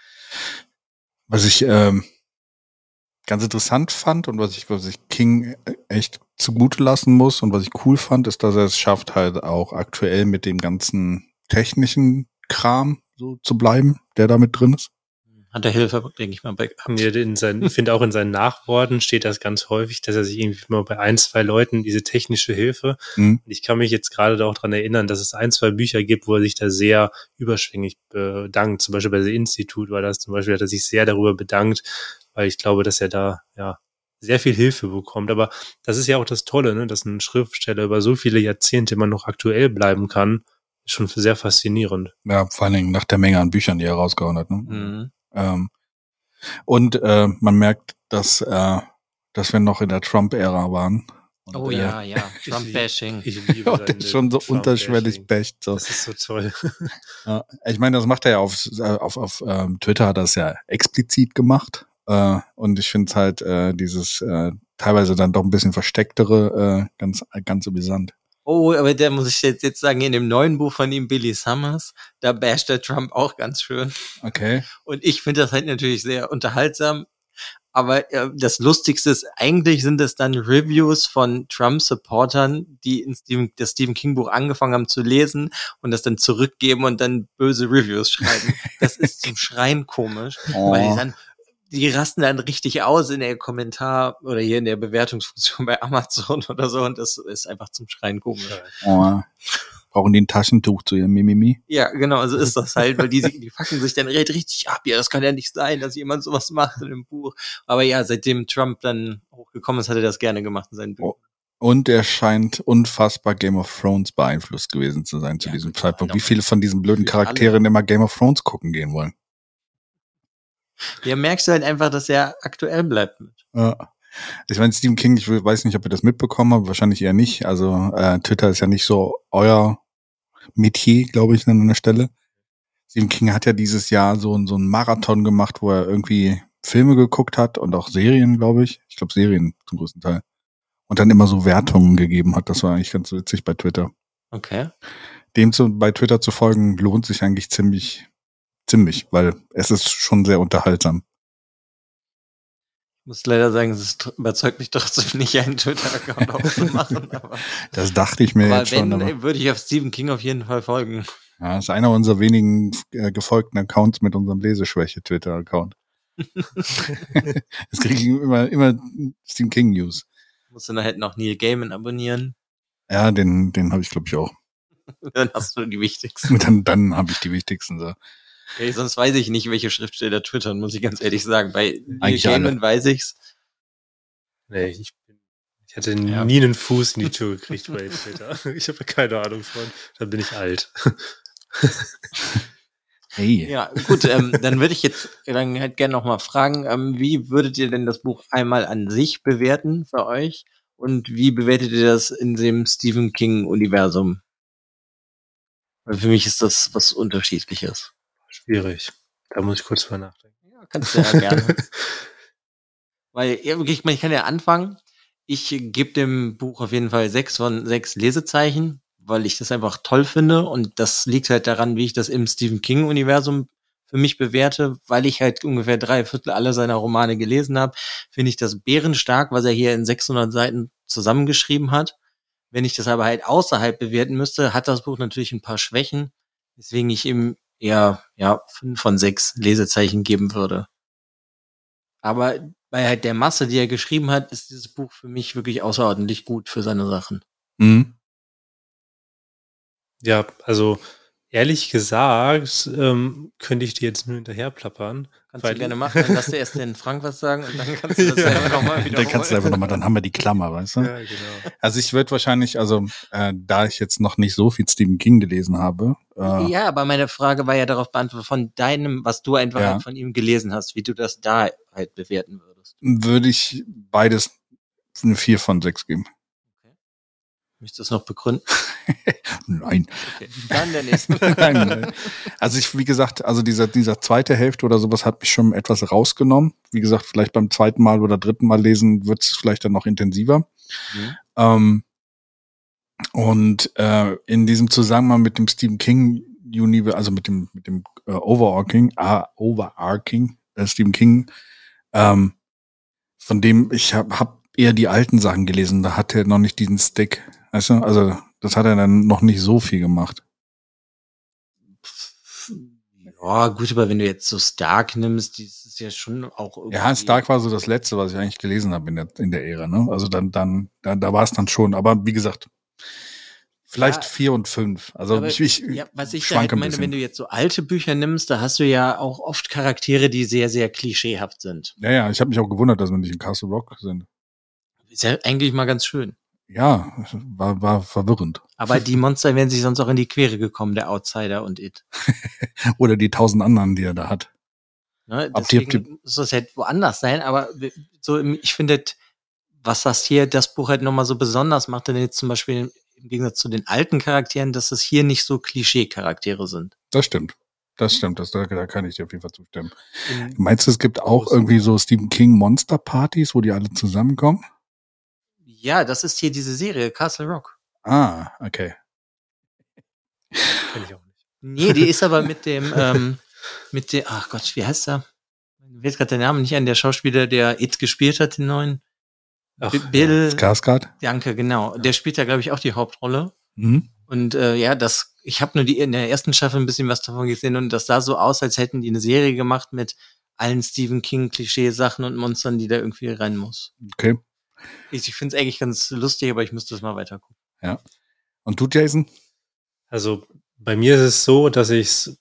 Was ich ähm, ganz interessant fand und was ich, was ich King echt zugute lassen muss und was ich cool fand, ist, dass er es schafft, halt auch aktuell mit dem ganzen technischen Kram so zu bleiben, der da mit drin ist. Hat er Hilfe, denke ich mal, bei Ja, in seinen, ich finde auch in seinen Nachworten steht das ganz häufig, dass er sich irgendwie mal bei ein, zwei Leuten diese technische Hilfe, Mhm. und ich kann mich jetzt gerade auch dran erinnern, dass es ein, zwei Bücher gibt, wo er sich da sehr überschwänglich bedankt. Zum Beispiel bei The Institute war das zum Beispiel, hat er sich sehr darüber bedankt, weil ich glaube, dass er da, ja, sehr viel Hilfe bekommt. Aber das ist ja auch das Tolle, ne, dass ein Schriftsteller über so viele Jahrzehnte immer noch aktuell bleiben kann. Ist schon sehr faszinierend. Ja, vor allen Dingen nach der Menge an Büchern, die er rausgehauen hat. Ne? Mhm. Ähm, und äh, man merkt, dass, äh, dass wir noch in der Trump-Ära waren. Und, Oh äh, ja, ja, Trump-Bashing. Ich liebe und der schon so unterschwellig basht. So. Das ist so toll. Ja, ich meine, das macht er ja auf, äh, auf, auf ähm, Twitter, hat er das ja explizit gemacht. Äh, und ich finde es halt äh, dieses äh, teilweise dann doch ein bisschen verstecktere äh, ganz, ganz amüsant. Oh, aber der muss ich jetzt, jetzt sagen, in dem neuen Buch von ihm, Billy Summers, da basht der Trump auch ganz schön. Okay. Und ich finde das halt natürlich sehr unterhaltsam. Aber äh, das Lustigste ist, eigentlich sind es dann Reviews von Trump-Supportern, die in Stephen, das Stephen King-Buch angefangen haben zu lesen und das dann zurückgeben und dann böse Reviews schreiben. Das ist zum Schreien komisch, Oh. weil die dann, die rasten dann richtig aus in der Kommentar oder hier in der Bewertungsfunktion bei Amazon oder so und das ist einfach zum Schreien komisch. Oh. Brauchen die ein Taschentuch zu ihrem Mimimi? Ja, genau, so ist das halt, weil die, die fucken sich dann richtig ab. Ja, das kann ja nicht sein, dass jemand sowas macht in dem Buch. Aber ja, seitdem Trump dann hochgekommen ist, hat er das gerne gemacht in seinen Büchern. Oh. Und er scheint unfassbar Game of Thrones beeinflusst gewesen zu sein zu Ja, diesem gut, Zeitpunkt. aber Wie viele von diesen blöden für Charakteren immer Game of Thrones gucken gehen wollen? Ja, merkst du halt einfach, dass er aktuell bleibt mit. Ja. Ich meine, Stephen King, ich weiß nicht, ob ihr das mitbekommen habt, wahrscheinlich eher nicht. Also äh, Twitter ist ja nicht so euer Metier, glaube ich, an einer Stelle. Stephen King hat ja dieses Jahr so, so einen Marathon gemacht, wo er irgendwie Filme geguckt hat und auch Serien, glaube ich. Ich glaube Serien zum größten Teil. Und dann immer so Wertungen gegeben hat. Das war eigentlich ganz witzig bei Twitter. Okay. Dem zu, bei Twitter zu folgen, lohnt sich eigentlich ziemlich, ziemlich, weil es ist schon sehr unterhaltsam. Ich muss leider sagen, es ist, überzeugt mich trotzdem nicht, einen Twitter-Account aufzumachen. Aber, Das dachte ich mir aber jetzt schon. wenn, Aber würde ich auf Stephen King auf jeden Fall folgen. ja, das ist einer unserer wenigen äh, gefolgten Accounts mit unserem Leseschwäche-Twitter-Account. Jetzt kriege ich immer, immer Stephen King News. Musst du dann halt noch Neil Gaiman abonnieren. Ja, den, den habe ich, glaube ich, auch. Dann hast du die wichtigsten. Dann, dann habe ich die wichtigsten. So. Okay, sonst weiß ich nicht, welche Schriftsteller twittern, muss ich ganz ehrlich sagen. Bei Neil Eigentlich Gaiman alle. weiß ich's. Nee, ich, bin, ich hatte Ja. nie einen Fuß in die Tür gekriegt bei Twitter. Ich habe keine Ahnung von. Da bin ich alt. Hey. Ja, gut, ähm, dann würde ich jetzt dann halt gerne nochmal fragen, ähm, wie würdet ihr denn das Buch einmal an sich bewerten für euch? Und wie bewertet ihr das in dem Stephen King-Universum? Weil für mich ist das was Unterschiedliches. Schwierig. Da muss ich kurz drüber nachdenken. Ja, kannst du ja gerne. Weil, ja, wirklich, ich meine, ich kann ja anfangen. Ich gebe dem Buch auf jeden Fall sechs von sechs Lesezeichen, weil ich das einfach toll finde. Und das liegt halt daran, wie ich das im Stephen King-Universum für mich bewerte, weil ich halt ungefähr drei Viertel aller seiner Romane gelesen habe, finde ich das bärenstark, was er hier in sechshundert Seiten zusammengeschrieben hat. Wenn ich das aber halt außerhalb bewerten müsste, hat das Buch natürlich ein paar Schwächen, weswegen ich ihm eher, ja, fünf von sechs Lesezeichen geben würde. Aber bei halt der Masse, die er geschrieben hat, ist dieses Buch für mich wirklich außerordentlich gut für seine Sachen. Mhm. Ja, also ehrlich gesagt, ähm, könnte ich dir jetzt nur hinterher plappern. Kannst weil- du gerne machen, dann lass dir erst den Frank was sagen und dann kannst du das Ja. selber nochmal wiederholen. Dann kannst du einfach nochmal, dann haben wir die Klammer, weißt du? Ja, genau. Also ich würde wahrscheinlich, also äh, da ich jetzt noch nicht so viel Stephen King gelesen habe, äh, Ja, aber meine Frage war ja darauf beantwortet, von deinem, was du einfach Ja. halt von ihm gelesen hast, wie du das da halt bewerten würdest. würde ich beides eine vier von sechs geben. Möchtest du das noch begründen? Nein. Okay. Dann der nächste. Nein, nein. Also ich, wie gesagt, also dieser, dieser zweite Hälfte oder sowas hat mich schon etwas rausgenommen. Wie gesagt, vielleicht beim zweiten Mal oder dritten Mal lesen wird es vielleicht dann noch intensiver. Mhm. Ähm, und äh, in diesem Zusammenhang mit dem Stephen King Universe, also mit dem mit dem äh, Overarching, äh, Overarching äh, Stephen King, ähm, von dem ich habe hab eher die alten Sachen gelesen. Da hat er noch nicht diesen Stick, weißt du? Also das hat er dann noch nicht so viel gemacht. Ja, gut, aber wenn du jetzt so Stark nimmst, das ist ja schon auch irgendwie... Ja, Stark war so das Letzte, was ich eigentlich gelesen habe in der in der Ära. Ne? Also dann dann da, da war es dann schon. Aber wie gesagt, vielleicht Ja, vier und fünf. Also aber, ich, ich ja, was ich da halt schwanke ein meine, bisschen. wenn du jetzt so alte Bücher nimmst, da hast du ja auch oft Charaktere, die sehr, sehr klischeehaft sind. Ja, ja, ich habe mich auch gewundert, dass wir nicht in Castle Rock sind. Ist ja eigentlich mal ganz schön. Ja, war, war verwirrend. Aber die Monster wären sich sonst auch in die Quere gekommen, der Outsider und It. Oder die tausend anderen, die er da hat. Ne? Ab die- Deswegen muss das halt woanders sein, aber so, im- ich finde, was das hier, das Buch halt nochmal so besonders macht, denn jetzt zum Beispiel im Gegensatz zu den alten Charakteren, dass es hier nicht so Klischee-Charaktere sind. Das stimmt. Das stimmt. Das, da, da kann ich dir auf jeden Fall zustimmen. In, Meinst du, es gibt auch irgendwie so Stephen King Monster-Partys, wo die alle zusammenkommen? ja, das ist hier diese Serie, Castle Rock. Ah, okay. Kenn ich auch nicht. Nee, die ist aber mit dem, ähm, mit dem, ach Gott, wie heißt er? Mir wird gerade der Name nicht an, der Schauspieler, der It gespielt hat, den neuen. Ach, B- Bill, Skarsgård? danke, genau. Der spielt da, glaube ich, auch die Hauptrolle. Mhm. Und äh, ja, das, ich habe nur die in der ersten Staffel ein bisschen was davon gesehen und das sah so aus, als hätten die eine Serie gemacht mit allen Stephen King Klischee-Sachen und Monstern, die da irgendwie rein muss. Okay. Ich, ich finde es eigentlich ganz lustig, aber ich müsste das mal weiter gucken. Ja. Und du, Jason? Also bei mir ist es so, dass ich es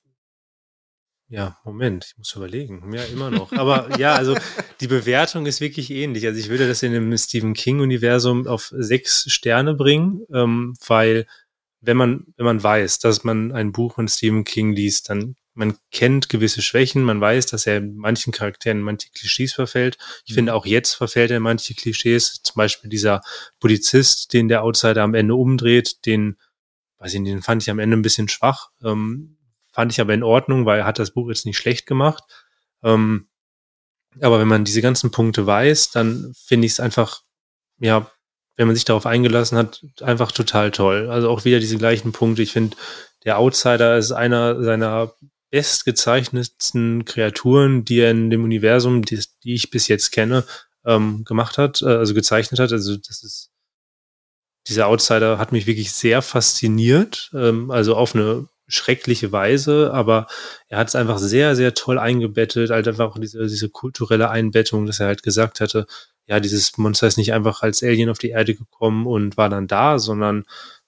ja, Moment, ich muss überlegen. Ja, immer noch. Aber ja, also die Bewertung ist wirklich ähnlich. Also ich würde das in dem Stephen King-Universum auf sechs Sterne bringen, ähm, weil wenn man, wenn man weiß, dass man ein Buch von Stephen King liest, dann man kennt gewisse Schwächen, man weiß, dass er in manchen Charakteren in manche Klischees verfällt. Ich finde, auch jetzt verfällt er in manche Klischees. Zum Beispiel dieser Polizist, den der Outsider am Ende umdreht, den, weiß ich nicht, den fand ich am Ende ein bisschen schwach. Ähm, fand ich aber in Ordnung, weil er hat das Buch jetzt nicht schlecht gemacht. Ähm, aber wenn man diese ganzen Punkte weiß, dann finde ich es einfach, ja, wenn man sich darauf eingelassen hat, einfach total toll. Also auch wieder diese gleichen Punkte. Ich finde, der Outsider ist einer seiner bestgezeichnetsten Kreaturen, die er in dem Universum, die, die ich bis jetzt kenne, ähm, gemacht hat, äh, also gezeichnet hat. Also das ist, dieser Outsider hat mich wirklich sehr fasziniert, ähm, also auf eine schreckliche Weise, aber er hat es einfach sehr, sehr toll eingebettet, halt einfach auch diese, diese kulturelle Einbettung, dass er halt gesagt hatte, ja, dieses Monster ist nicht einfach als Alien auf die Erde gekommen und war dann da, sondern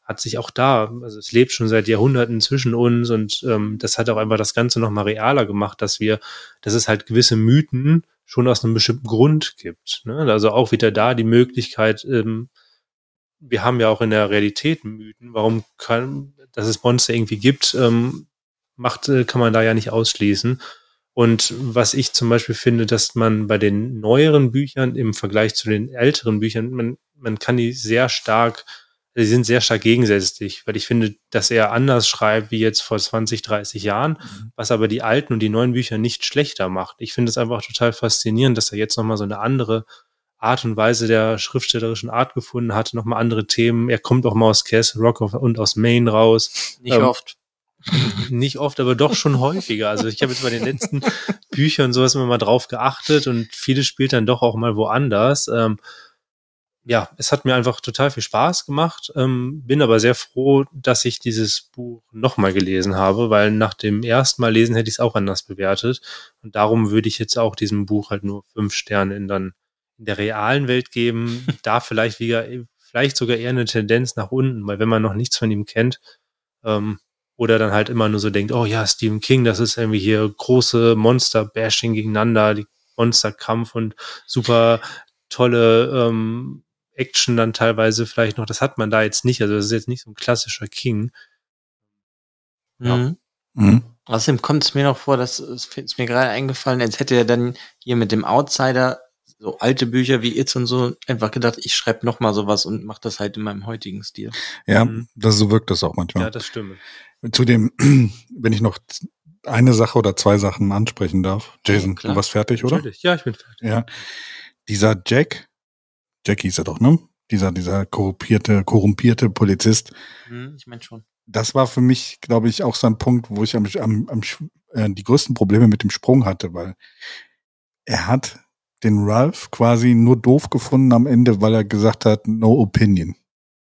hat sich auch da, also es lebt schon seit Jahrhunderten zwischen uns und ähm, das hat auch einfach das Ganze nochmal realer gemacht, dass wir, dass es halt gewisse Mythen schon aus einem bestimmten Grund gibt. Ne? Also auch wieder da die Möglichkeit, ähm, wir haben ja auch in der Realität Mythen, warum kann, dass es Monster irgendwie gibt, ähm, macht, kann man da ja nicht ausschließen. Und was ich zum Beispiel finde, dass man bei den neueren Büchern im Vergleich zu den älteren Büchern, man, man kann die sehr stark, die sind sehr stark gegensätzlich, weil ich finde, dass er anders schreibt wie jetzt vor zwanzig, dreißig Jahren, mhm. was aber die alten und die neuen Bücher nicht schlechter macht. Ich finde es einfach total faszinierend, dass er jetzt nochmal so eine andere Art und Weise der schriftstellerischen Art gefunden hat, nochmal andere Themen. Er kommt auch mal aus Castle Rock und aus Maine raus. Nicht ähm, oft. Nicht oft, aber doch schon häufiger. Also ich habe jetzt bei den letzten Büchern sowas immer mal drauf geachtet und vieles spielt dann doch auch mal woanders. Ähm, ja, es hat mir einfach total viel Spaß gemacht, ähm, bin aber sehr froh, dass ich dieses Buch nochmal gelesen habe, weil nach dem ersten Mal lesen hätte ich es auch anders bewertet und darum würde ich jetzt auch diesem Buch halt nur fünf Sterne in, dann, in der realen Welt geben, da vielleicht wieder, vielleicht sogar eher eine Tendenz nach unten, weil wenn man noch nichts von ihm kennt, ähm, oder dann halt immer nur so denkt, oh ja, Stephen King, das ist irgendwie hier große Monster-Bashing gegeneinander, die Monsterkampf und super tolle ähm, Action dann teilweise vielleicht noch. Das hat man da jetzt nicht. Also das ist jetzt nicht so ein klassischer King. Ja. Mhm. Mhm. Außerdem kommt es mir noch vor, dass es ist mir gerade eingefallen, als hätte er dann hier mit dem Outsider so alte Bücher wie Itz und so einfach gedacht, ich schreibe noch mal sowas und mache das halt in meinem heutigen Stil. Ja, mhm. das, so wirkt das auch manchmal. Ja, das stimmt. Zudem, wenn ich noch eine Sache oder zwei Sachen ansprechen darf. Jason, ja, du warst fertig, oder? Natürlich. Ja, ich bin fertig. Ja. Dieser Jack, Jack hieß er doch, ne? Dieser, dieser korrumpierte, korrumpierte Polizist. Hm, ich meine schon. Das war für mich, glaube ich, auch so ein Punkt, wo ich am, am, am äh, die größten Probleme mit dem Sprung hatte, weil er hat den Ralph quasi nur doof gefunden am Ende, weil er gesagt hat, no opinion.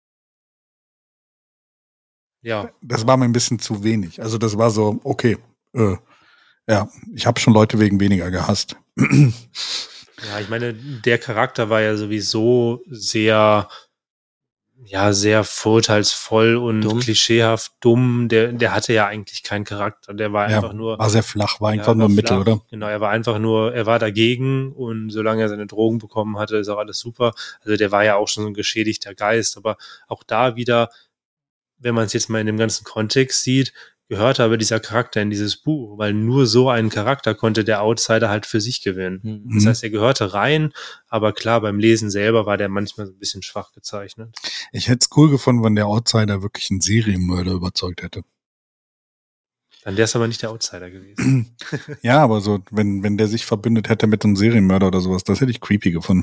Ja. Das war mir ein bisschen zu wenig. Also das war so, okay, äh, ja, ich habe schon Leute wegen weniger gehasst. Ja, ich meine, der Charakter war ja sowieso sehr, ja, sehr vorurteilsvoll und dumm. klischeehaft dumm. Der, der hatte ja eigentlich keinen Charakter. Der war ja, einfach nur. War sehr flach, war ja, einfach nur war Mittel, flach. Oder? Genau, er war einfach nur, er war dagegen und solange er seine Drogen bekommen hatte, ist auch alles super. Also der war ja auch schon so ein geschädigter Geist, aber auch da wieder, wenn man es jetzt mal in dem ganzen Kontext sieht, gehörte aber dieser Charakter in dieses Buch, weil nur so einen Charakter konnte der Outsider halt für sich gewinnen. Mhm. Das heißt, er gehörte rein, aber klar, beim Lesen selber war der manchmal so ein bisschen schwach gezeichnet. Ich hätte es cool gefunden, wenn der Outsider wirklich einen Serienmörder überzeugt hätte. Dann wäre es aber nicht der Outsider gewesen. Ja, aber so, wenn, wenn der sich verbündet hätte mit einem Serienmörder oder sowas, das hätte ich creepy gefunden.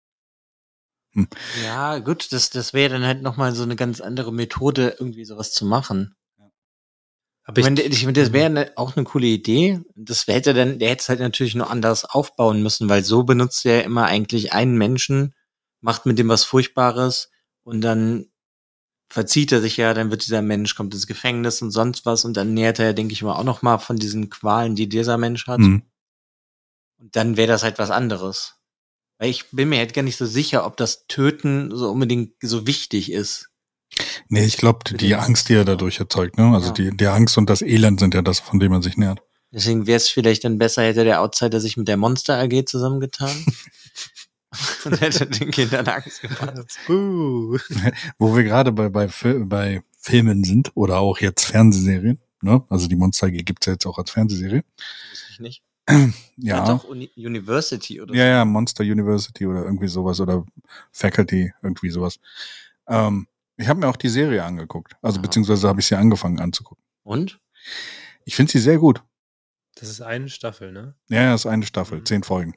Hm. Ja, gut, das, das wäre dann halt nochmal so eine ganz andere Methode, irgendwie sowas zu machen. Aber ich meine, ich, das wäre ne, auch eine coole Idee. Das hätte dann, der hätte es halt natürlich nur anders aufbauen müssen, weil so benutzt er immer eigentlich einen Menschen, macht mit dem was Furchtbares und dann verzieht er sich ja, dann wird dieser Mensch, kommt ins Gefängnis und sonst was und dann nähert er, denke ich mal, auch noch mal von diesen Qualen, die dieser Mensch hat. Mhm. Und dann wäre das halt was anderes. Weil ich bin mir halt gar nicht so sicher, ob das Töten so unbedingt so wichtig ist. Nee, ich glaube, die Angst, die er dadurch erzeugt, ne? Also ja. die, die Angst und das Elend sind ja das, von dem man sich nähert. Deswegen wäre es vielleicht dann besser, hätte der Outsider sich mit der Monster A G zusammengetan. Und hätte den Kindern Angst gemacht. uh. Wo wir gerade bei, bei, bei Filmen sind oder auch jetzt Fernsehserien, ne? Also die Monster A G gibt's ja jetzt auch als Fernsehserie. Das weiß ich nicht. Ja. Hat doch Uni- University oder ja, so. Ja, ja, Monster University oder irgendwie sowas oder Faculty, irgendwie sowas. Ähm, ich habe mir auch die Serie angeguckt. Also Aha. beziehungsweise habe ich sie angefangen anzugucken. Und? Ich finde sie sehr gut. Das ist eine Staffel, ne? Ja, das ist eine Staffel, mhm. zehn Folgen.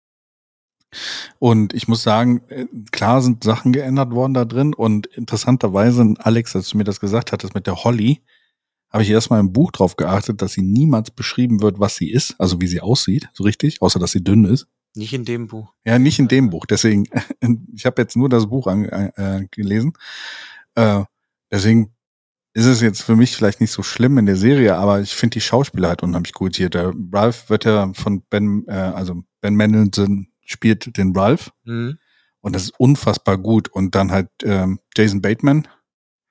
Und ich muss sagen, klar sind Sachen geändert worden da drin und interessanterweise, Alex, als du mir das gesagt hattest mit der Holly, habe ich erstmal im Buch drauf geachtet, dass sie niemals beschrieben wird, was sie ist, also wie sie aussieht, so richtig, außer dass sie dünn ist. Nicht in dem Buch. Ja, nicht in dem Buch. Deswegen, ich habe jetzt nur das Buch an, äh, gelesen. Äh, deswegen ist es jetzt für mich vielleicht nicht so schlimm in der Serie, aber ich finde die Schauspieler halt unheimlich gut hier. Der Ralph wird ja von Ben, äh, also Ben Mendelsohn spielt den Ralph. Mhm. Und das ist unfassbar gut. Und dann halt ähm, Jason Bateman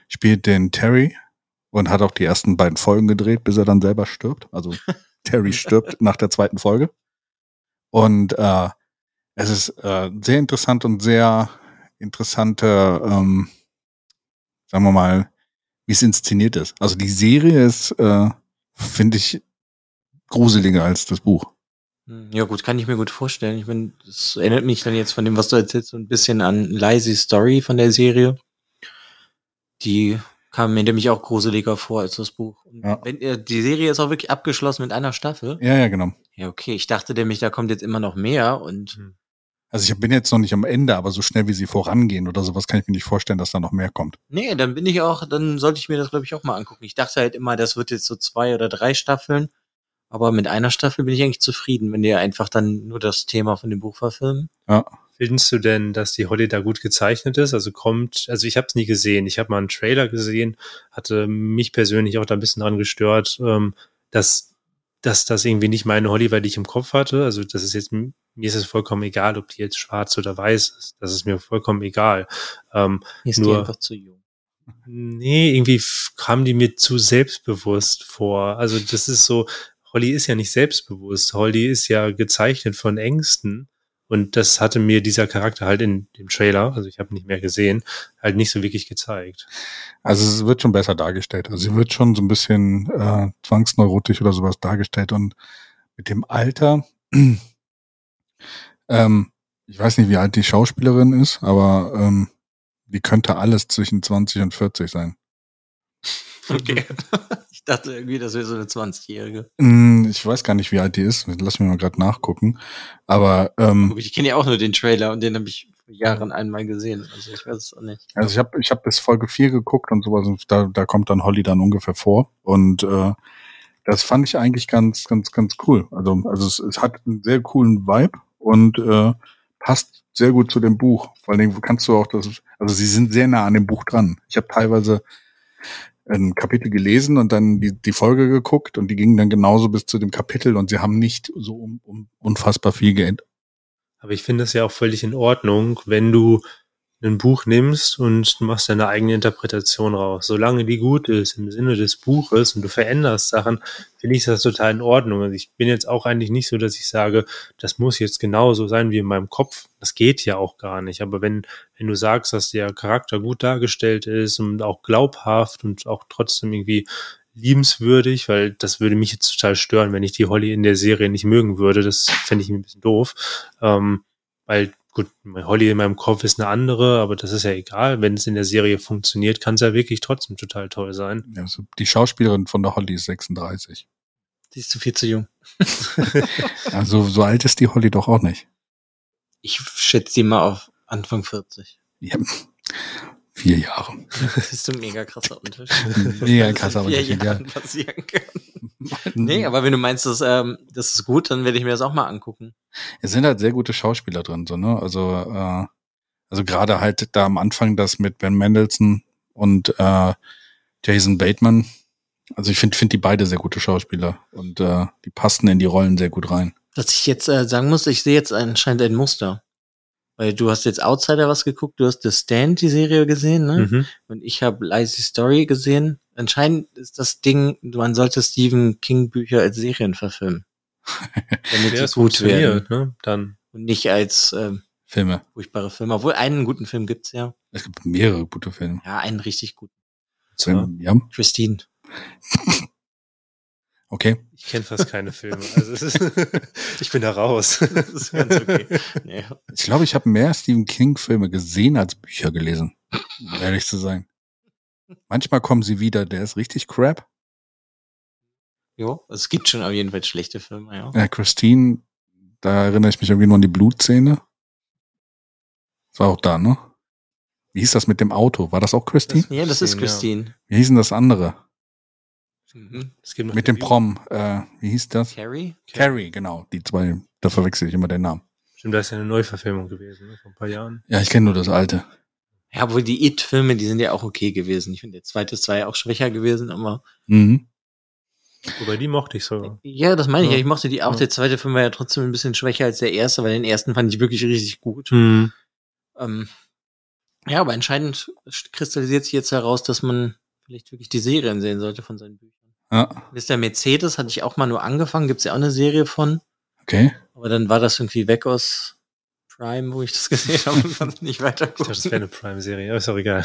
spielt den Terry und hat auch die ersten beiden Folgen gedreht, bis er dann selber stirbt. Also Terry stirbt nach der zweiten Folge. Und äh, es ist äh, sehr interessant und sehr interessante, ähm, sagen wir mal, wie es inszeniert ist. Also die Serie ist, äh, finde ich, gruseliger als das Buch. Ja gut, kann ich mir gut vorstellen. Ich meine, das erinnert mich dann jetzt von dem, was du erzählst, so ein bisschen an Lazy Story von der Serie. Die kam mir nämlich auch gruseliger vor als das Buch. Und Ja. wenn, äh, die Serie ist auch wirklich abgeschlossen mit einer Staffel. Ja, ja, genau. Ja, okay. Ich dachte nämlich, da kommt jetzt immer noch mehr und Also ich bin jetzt noch nicht am Ende, aber so schnell wie sie vorangehen oder sowas kann ich mir nicht vorstellen, dass da noch mehr kommt. nee, dann bin ich auch, dann sollte ich mir das, glaube ich, auch mal angucken. Ich dachte halt immer, das wird jetzt so zwei oder drei Staffeln. Aber mit einer Staffel bin ich eigentlich zufrieden, wenn die einfach dann nur das Thema von dem Buch verfilmen. Ja. Findest du denn, dass die Holly da gut gezeichnet ist? Also kommt, also ich habe es nie gesehen. Ich habe mal einen Trailer gesehen, hatte mich persönlich auch da ein bisschen dran gestört, ähm, dass, dass das irgendwie nicht meine Holly war, die ich im Kopf hatte. Also das ist jetzt, mir ist es vollkommen egal, ob die jetzt schwarz oder weiß ist. Das ist mir vollkommen egal. Ähm, Hier ist nur, die einfach zu jung. Nee, irgendwie f- kam die mir zu selbstbewusst vor. Also das ist so, Holly ist ja nicht selbstbewusst. Holly ist ja gezeichnet von Ängsten. Und das hatte mir dieser Charakter halt in dem Trailer, also ich habe nicht mehr gesehen, halt nicht so wirklich gezeigt. Also es wird schon besser dargestellt. Also sie wird schon so ein bisschen äh, zwangsneurotisch oder sowas dargestellt. Und mit dem Alter, ähm, ich weiß nicht, wie alt die Schauspielerin ist, aber ähm, die könnte alles zwischen zwanzig und vierzig sein. Okay. Ich dachte irgendwie, das wäre so eine zwanzigjährige. Mm, Ich weiß gar nicht, wie alt die ist. Lass mich mal gerade nachgucken. Aber ähm, Ich kenne ja auch nur den Trailer und den habe ich vor Jahren einmal gesehen. Also ich weiß es auch nicht. also ich habe ich hab bis Folge vier geguckt und sowas. Und da, da kommt dann Holly dann ungefähr vor. Und äh, das fand ich eigentlich ganz, ganz, ganz cool. Also, also es, es hat einen sehr coolen Vibe und äh, passt sehr gut zu dem Buch. Vor allen Dingen kannst du auch das, also sie sind sehr nah an dem Buch dran. Ich habe teilweise ein Kapitel gelesen und dann die, die Folge geguckt und die gingen dann genauso bis zu dem Kapitel und sie haben nicht so um, um, unfassbar viel geändert. Aber ich finde es ja auch völlig in Ordnung, wenn du ein Buch nimmst und machst deine eigene Interpretation raus. Solange die gut ist im Sinne des Buches und du veränderst Sachen, finde ich das total in Ordnung. Also ich bin jetzt auch eigentlich nicht so, dass ich sage, das muss jetzt genauso sein wie in meinem Kopf. Das geht ja auch gar nicht. Aber wenn, wenn du sagst, dass der Charakter gut dargestellt ist und auch glaubhaft und auch trotzdem irgendwie liebenswürdig, weil das würde mich jetzt total stören, wenn ich die Holly in der Serie nicht mögen würde. Das fände ich ein bisschen doof. Ähm, weil gut, Holly in meinem Kopf ist eine andere, aber das ist ja egal. Wenn es in der Serie funktioniert, kann es ja wirklich trotzdem total toll sein. Ja, also die Schauspielerin von der Holly ist sechsunddreißig. Die ist zu viel zu jung. Also so alt ist die Holly doch auch nicht. Ich schätze die mal auf Anfang vierzig. Ja, vier Jahre. Das ist ein mega krasser Unterschied. Mega Was krasser in vier Unterschied, ja. Jahren passieren kann. Nee, aber wenn du meinst, dass, ähm, das ist gut, dann werde ich mir das auch mal angucken. Es sind halt sehr gute Schauspieler drin, so, ne? Also, äh, also gerade halt da am Anfang das mit Ben Mendelsohn und äh, Jason Bateman. Also ich finde find die beide sehr gute Schauspieler und äh, die passen in die Rollen sehr gut rein. Was ich jetzt äh, sagen muss, ich sehe jetzt anscheinend ein Muster. Weil du hast jetzt Outsider was geguckt, du hast The Stand, die Serie gesehen, ne? Mhm. Und ich habe Lazy Story gesehen. Anscheinend ist das Ding, man sollte Stephen King Bücher als Serien verfilmen. Damit Ja, die es gut werden. funktioniert, ne? Dann. Und nicht als ähm, Filme. furchtbare Filme. Obwohl, einen guten Film gibt's ja. Es gibt mehrere gute Filme. Ja, einen richtig guten. Ja. Ja, Christine. okay. Ich kenne fast keine Filme. Also es ist ich bin da raus. Das ist ganz okay. Nee. Ich glaube, ich habe mehr Stephen King-Filme gesehen als Bücher gelesen, um ehrlich zu sein. Manchmal kommen sie wieder, der ist richtig crap. Jo, es gibt schon auf jeden Fall schlechte Filme, ja. Ja, Christine, da erinnere ich mich irgendwie nur an die Blutszene. Das war auch da, ne? Wie hieß das mit dem Auto? War das auch Christine? Ja, das ist Christine, Christine. Wie hieß denn das andere? Mhm. Es gibt noch Mit die dem Prom. Äh, wie hieß das? Carrie? Carrie, genau. Die zwei, da verwechsel ich immer den Namen. Stimmt, das ist ja eine Neuverfilmung gewesen, ne? Vor ein paar Jahren. Ja, ich kenne nur das alte. Ja, obwohl die It-Filme, die sind ja auch okay gewesen. Ich finde, der zweite ist zwar ja auch schwächer gewesen, aber Mhm. Wobei die mochte ich sogar. ja, das meine ich Ja. ja. Ich mochte die auch. Ja. Der zweite Film war ja trotzdem ein bisschen schwächer als der erste, weil den ersten fand ich wirklich richtig gut. Hm. Ähm, Ja, aber entscheidend kristallisiert sich jetzt heraus, dass man vielleicht wirklich die Serien sehen sollte von seinen Büchern. Ja. Mister Mercedes hatte ich auch mal nur angefangen, gibt's ja auch eine Serie von. Okay. Aber dann war das irgendwie weg aus Prime, wo ich das gesehen habe und konnte nicht weiter Ich dachte, gucken. das wäre eine Prime-Serie, aber ist auch egal.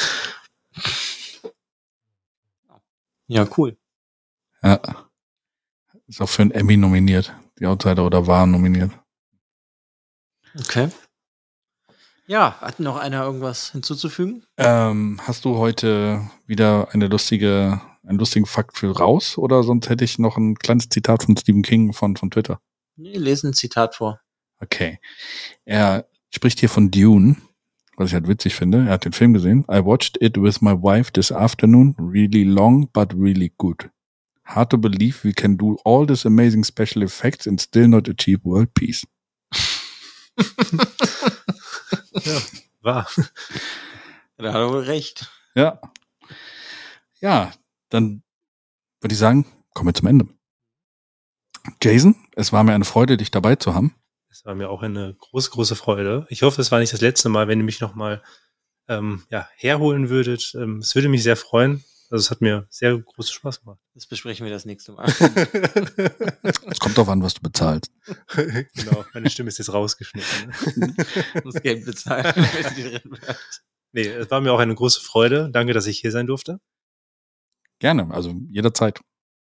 Ja, cool. Ja. Ist auch für einen Emmy nominiert. Die Outsider oder war nominiert. Okay. Ja, hat noch einer irgendwas hinzuzufügen? Ähm, hast du heute wieder eine lustige, einen lustigen Fakt für raus? Oder sonst hätte ich noch ein kleines Zitat von Stephen King von, von Twitter. Nee, lesen ein Zitat vor. Okay. Er spricht hier von Dune, was ich halt witzig finde. Er hat den Film gesehen. I watched it with my wife this afternoon. Really long, but really good. Hard to believe we can do all this amazing special effects and still not achieve world peace. Ja, wahr. Da hat er wohl recht. Ja. Ja, dann würde ich sagen, kommen wir zum Ende. Jason, es war mir eine Freude, dich dabei zu haben. Es war mir auch eine große, große Freude. Ich hoffe, es war nicht das letzte Mal, wenn ihr mich nochmal ähm, ja, herholen würdet. Ähm, es würde mich sehr freuen. Also es hat mir sehr großen Spaß gemacht. Das besprechen wir das nächste Mal. Es kommt drauf an, was du bezahlst. Genau, meine Stimme ist jetzt rausgeschnitten. Ne? Muss Geld bezahlen, wenn die drin bleibt. Nee, es war mir auch eine große Freude. Danke, dass ich hier sein durfte. Gerne, also jederzeit.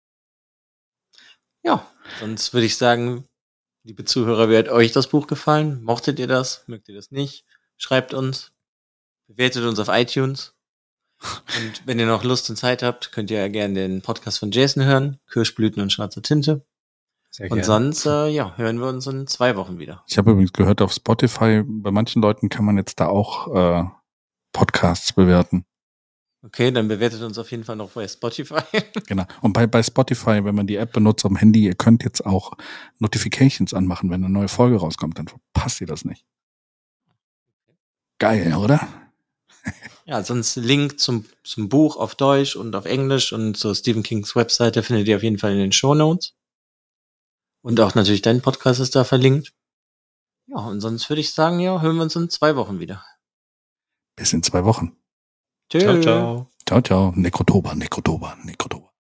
Ja, sonst würde ich sagen, liebe Zuhörer, wie hat euch das Buch gefallen? Mochtet ihr das? Mögt ihr das nicht? Schreibt uns. Bewertet uns auf iTunes. Und wenn ihr noch Lust und Zeit habt, könnt ihr ja gerne den Podcast von Jason hören. Kirschblüten und schwarze Tinte. Sehr Und gerne. sonst, äh, ja, hören wir uns in zwei Wochen wieder. Ich habe übrigens gehört, auf Spotify, bei manchen Leuten kann man jetzt da auch äh, Podcasts bewerten. Okay, dann bewertet uns auf jeden Fall noch bei Spotify. Genau. Und bei, bei Spotify, wenn man die App benutzt am Handy, ihr könnt jetzt auch Notifications anmachen, wenn eine neue Folge rauskommt, dann verpasst ihr das nicht. Geil, oder? Ja, sonst Link zum, zum Buch auf Deutsch und auf Englisch und zur Stephen Kings Webseite findet ihr auf jeden Fall in den Shownotes. Und auch natürlich dein Podcast ist da verlinkt. Ja, und sonst würde ich sagen, ja, hören wir uns in zwei Wochen wieder. Bis in zwei Wochen. Tschüss. Ciao, ciao. Ciao, ciao. Nekrotober, Nekrotober, Nekrotober.